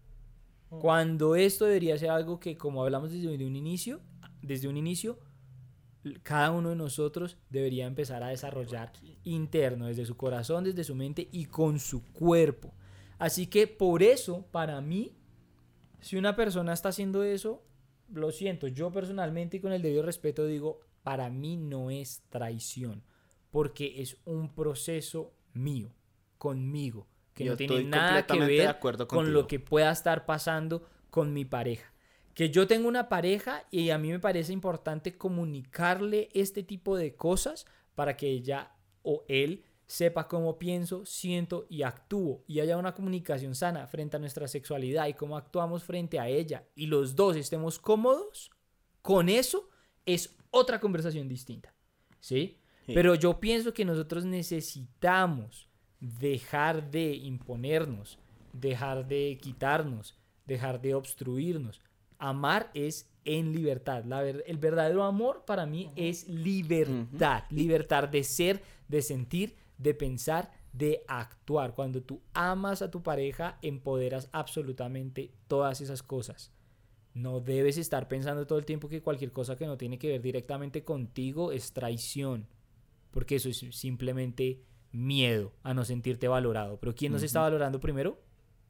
Mm. Cuando esto debería ser algo que, como hablamos desde un inicio, desde un inicio, cada uno de nosotros debería empezar a desarrollar interno, desde su corazón, desde su mente y con su cuerpo. Así que por eso, para mí, si una persona está haciendo eso, lo siento, yo personalmente y con el debido respeto digo, para mí no es traición, porque es un proceso mío, conmigo, que yo no tiene nada que ver con lo que pueda estar pasando con mi pareja. Que yo tengo una pareja y a mí me parece importante comunicarle este tipo de cosas para que ella o él sepa cómo pienso, siento y actúo, y haya una comunicación sana frente a nuestra sexualidad y cómo actuamos frente a ella, y los dos estemos cómodos con eso, es otra conversación distinta, ¿sí? Sí. Pero yo pienso que nosotros necesitamos dejar de imponernos, dejar de quitarnos, dejar de obstruirnos. Amar es en libertad. La ver- el verdadero amor para mí uh-huh. es libertad. Uh-huh. Libertad de ser, de sentir, de pensar, de actuar. Cuando tú amas a tu pareja, empoderas absolutamente todas esas cosas. No debes estar pensando todo el tiempo que cualquier cosa que no tiene que ver directamente contigo es traición. Porque eso es simplemente miedo a no sentirte valorado. Pero ¿quién nos uh-huh. está valorando primero?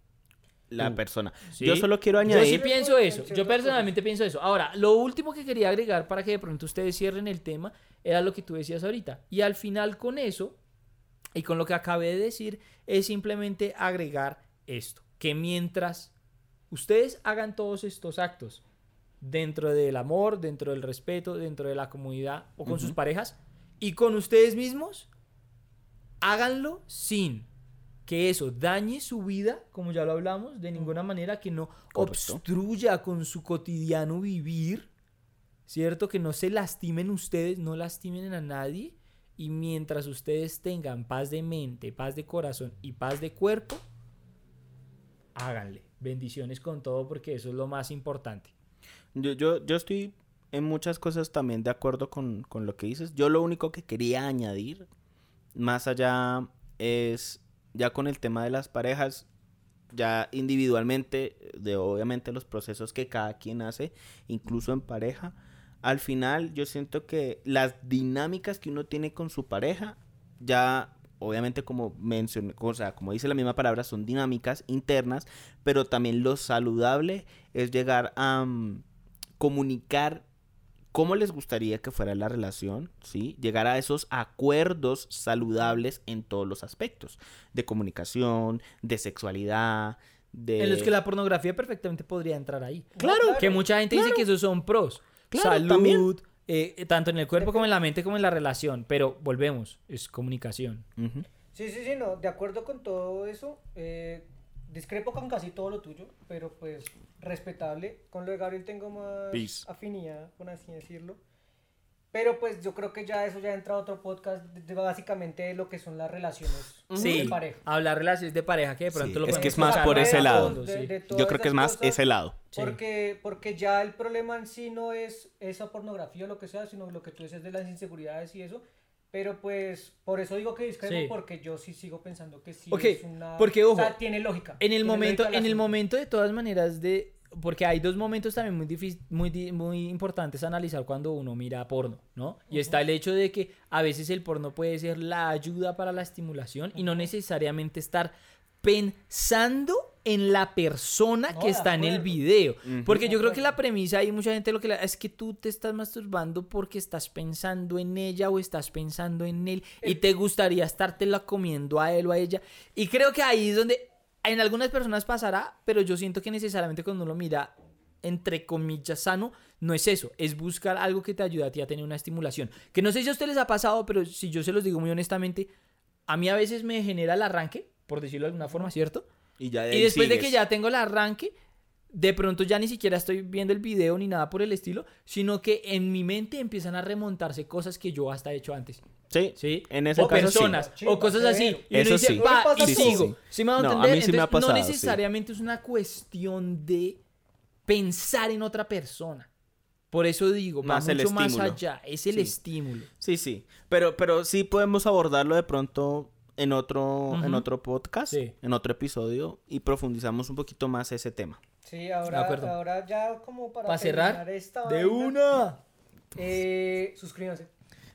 La Tú. persona. ¿Sí? Yo solo quiero añadir... Yo sí pienso eso. Yo personalmente pienso eso. Ahora, lo último que quería agregar para que de pronto ustedes cierren el tema era lo que tú decías ahorita. Y al final con eso, y con lo que acabé de decir, es simplemente agregar esto. Que mientras ustedes hagan todos estos actos dentro del amor, dentro del respeto, dentro de la comunidad o con uh-huh. sus parejas y con ustedes mismos, háganlo sin que eso dañe su vida, como ya lo hablamos, de ninguna manera, que no Correcto. obstruya con su cotidiano vivir, ¿cierto? Que no se lastimen ustedes, no lastimen a nadie, y mientras ustedes tengan paz de mente, paz de corazón y paz de cuerpo, háganle. Bendiciones con todo, porque eso es lo más importante. Yo, yo, yo estoy en muchas cosas también de acuerdo con, con lo que dices. Yo lo único que quería añadir, más allá, es... ya con el tema de las parejas, ya individualmente, de obviamente los procesos que cada quien hace, incluso en pareja, al final yo siento que las dinámicas que uno tiene con su pareja, ya obviamente como mencioné, o sea, como dice la misma palabra, son dinámicas internas, pero también lo saludable es llegar a um, comunicar cómo les gustaría que fuera la relación, ¿sí? Llegar a esos acuerdos saludables en todos los aspectos, de comunicación, de sexualidad, de... En los que la pornografía perfectamente podría entrar ahí. Claro. Que mucha gente claro. dice que esos son pros. Claro, salud, eh, tanto en el cuerpo como en la mente como en la relación, pero volvemos, es comunicación. Uh-huh. Sí, sí, sí, no, de acuerdo con todo eso, eh, discrepo con casi todo lo tuyo, pero pues respetable. Con lo de Gabriel tengo más Peace. afinidad, por así decirlo. Pero pues yo creo que ya eso ya entra a otro podcast de, de básicamente de lo que son las relaciones sí, de pareja. Hablar relaciones de pareja que de pronto sí, lo es que es más por ese lado. De, de yo creo que es más ese lado. Porque, sí. porque ya el problema en sí no es esa pornografía o lo que sea, sino lo que tú dices de las inseguridades y eso. Pero pues, por eso digo que discrepo, sí. porque yo sí sigo pensando que sí okay, es una... porque, ojo, o sea, tiene lógica. En el, tiene momento, lógica en el momento, de todas maneras, de porque hay dos momentos también muy, difícil, muy, muy importantes a analizar cuando uno mira porno, ¿no? Y uh-huh. está el hecho de que a veces el porno puede ser la ayuda para la estimulación uh-huh. y no necesariamente estar pensando en la persona no, que está en el video. Uh-huh. Porque yo creo que la premisa, hay mucha gente lo que la, es que tú te estás masturbando porque estás pensando en ella o estás pensando en él y te gustaría estártela comiendo a él o a ella. Y creo que ahí es donde en algunas personas pasará, pero yo siento que necesariamente cuando uno mira entre comillas sano, no es eso, es buscar algo que te ayude a ti a tener una estimulación. Que no sé si a ustedes les ha pasado, pero si yo se los digo muy honestamente, a mí a veces me genera el arranque, por decirlo de alguna forma, ¿cierto? Y, ya de y después sigues. de que ya tengo el arranque, de pronto ya ni siquiera estoy viendo el video ni nada por el estilo, sino que en mi mente empiezan a remontarse cosas que yo hasta he hecho antes. Sí, ¿sí? En ese o caso personas, sí. o cosas así. Y eso uno dice, sí. va, y sí, sigo. Sí, ¿Sí me va a no, entender? a mí sí Entonces, me ha pasado, no necesariamente sí. es una cuestión de pensar en otra persona. Por eso digo, más va el mucho estímulo. más allá. Es el sí. estímulo. Sí, sí. Pero, pero sí podemos abordarlo de pronto en otro, uh-huh. en otro podcast, sí. en otro episodio, y profundizamos un poquito más ese tema. Sí, ahora, ahora ya como para, ¿Para cerrar, esta de vaina, una. Eh, suscríbanse.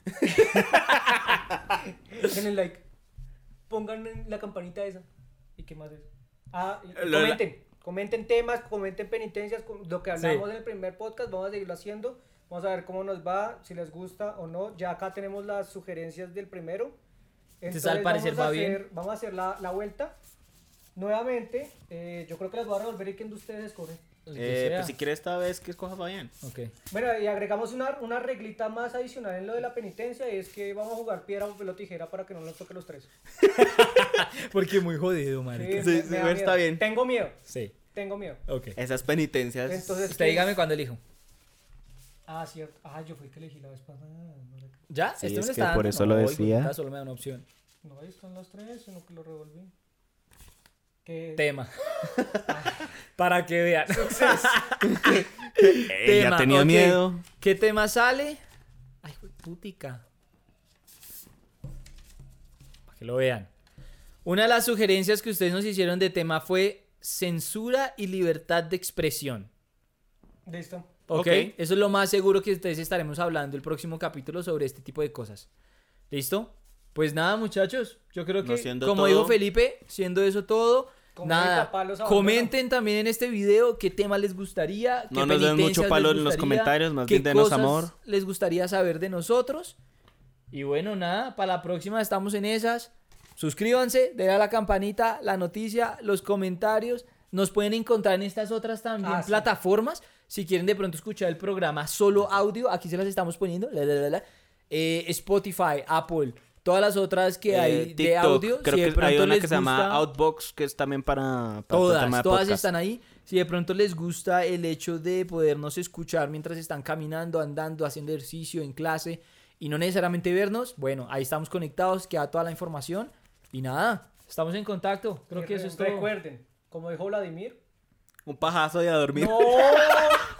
Denle like. Pongan la campanita esa. ¿Y qué más es? Ah, y, y comenten. Comenten temas, comenten penitencias, lo que hablamos sí. en el primer podcast, vamos a seguirlo haciendo. Vamos a ver cómo nos va, si les gusta o no. Ya acá tenemos las sugerencias del primero. Entonces, al parecer vamos, a va hacer, bien. vamos a hacer la, la vuelta. Nuevamente, eh, yo creo que las voy a revolver y que de ustedes escogen. Eh, pues si quieres esta vez que escoja Fabián. Okay. Bueno, y agregamos una, una reglita más adicional en lo de la penitencia, y es que vamos a jugar piedra, papel o tijera para que no nos toque los tres. Porque muy jodido, marica. Sí, sí, me, sí, me está bien. Tengo miedo. Sí. Tengo miedo. Okay. Esas penitencias. Entonces, usted ¿qué? dígame cuándo elijo. Ah, cierto. Ah, yo fui el que elegí la vez pasada. ¿Ya? Sí, ¿Esto es me que está por dando? eso no, lo decía. Solo me da una opción. No, ahí están los tres, sino que lo revolví. ¿Qué? Tema. Para que vean. Ella tema, tenía okay. miedo. ¿Qué tema sale? Ay, putica. Para que lo vean. Una de las sugerencias que ustedes nos hicieron de tema fue censura y libertad de expresión. Listo. ¿Ok? Okay. Eso es lo más seguro que ustedes estaremos hablando el próximo capítulo sobre este tipo de cosas. ¿Listo? Pues nada, muchachos, yo creo que, no como todo. dijo Felipe, siendo eso todo, Como nada, comenten también en este video qué tema les gustaría, no qué nos den mucho palo en los gustaría, comentarios, más qué bien denos cosas amor. les gustaría saber de nosotros. Y bueno, nada, para la próxima estamos en esas. Suscríbanse, denle a la campanita, la noticia, los comentarios. Nos pueden encontrar en estas otras también ah, plataformas. Sí. Si quieren de pronto escuchar el programa solo audio, aquí se las estamos poniendo. La, la, la, la. Eh, Spotify, Apple, todas las otras que eh, hay TikTok, de audio. Creo si de que pronto hay una les que se llama gusta, Outbox, que es también para, para todas, tema de todas podcast. están ahí. Si de pronto les gusta el hecho de podernos escuchar mientras están caminando, andando, haciendo ejercicio, en clase y no necesariamente vernos, bueno, ahí estamos conectados, queda toda la información y nada, estamos en contacto. Creo y que re- eso es todo. Recuerden, como dijo Vladimir, Un pajazo y a dormir. ¡no!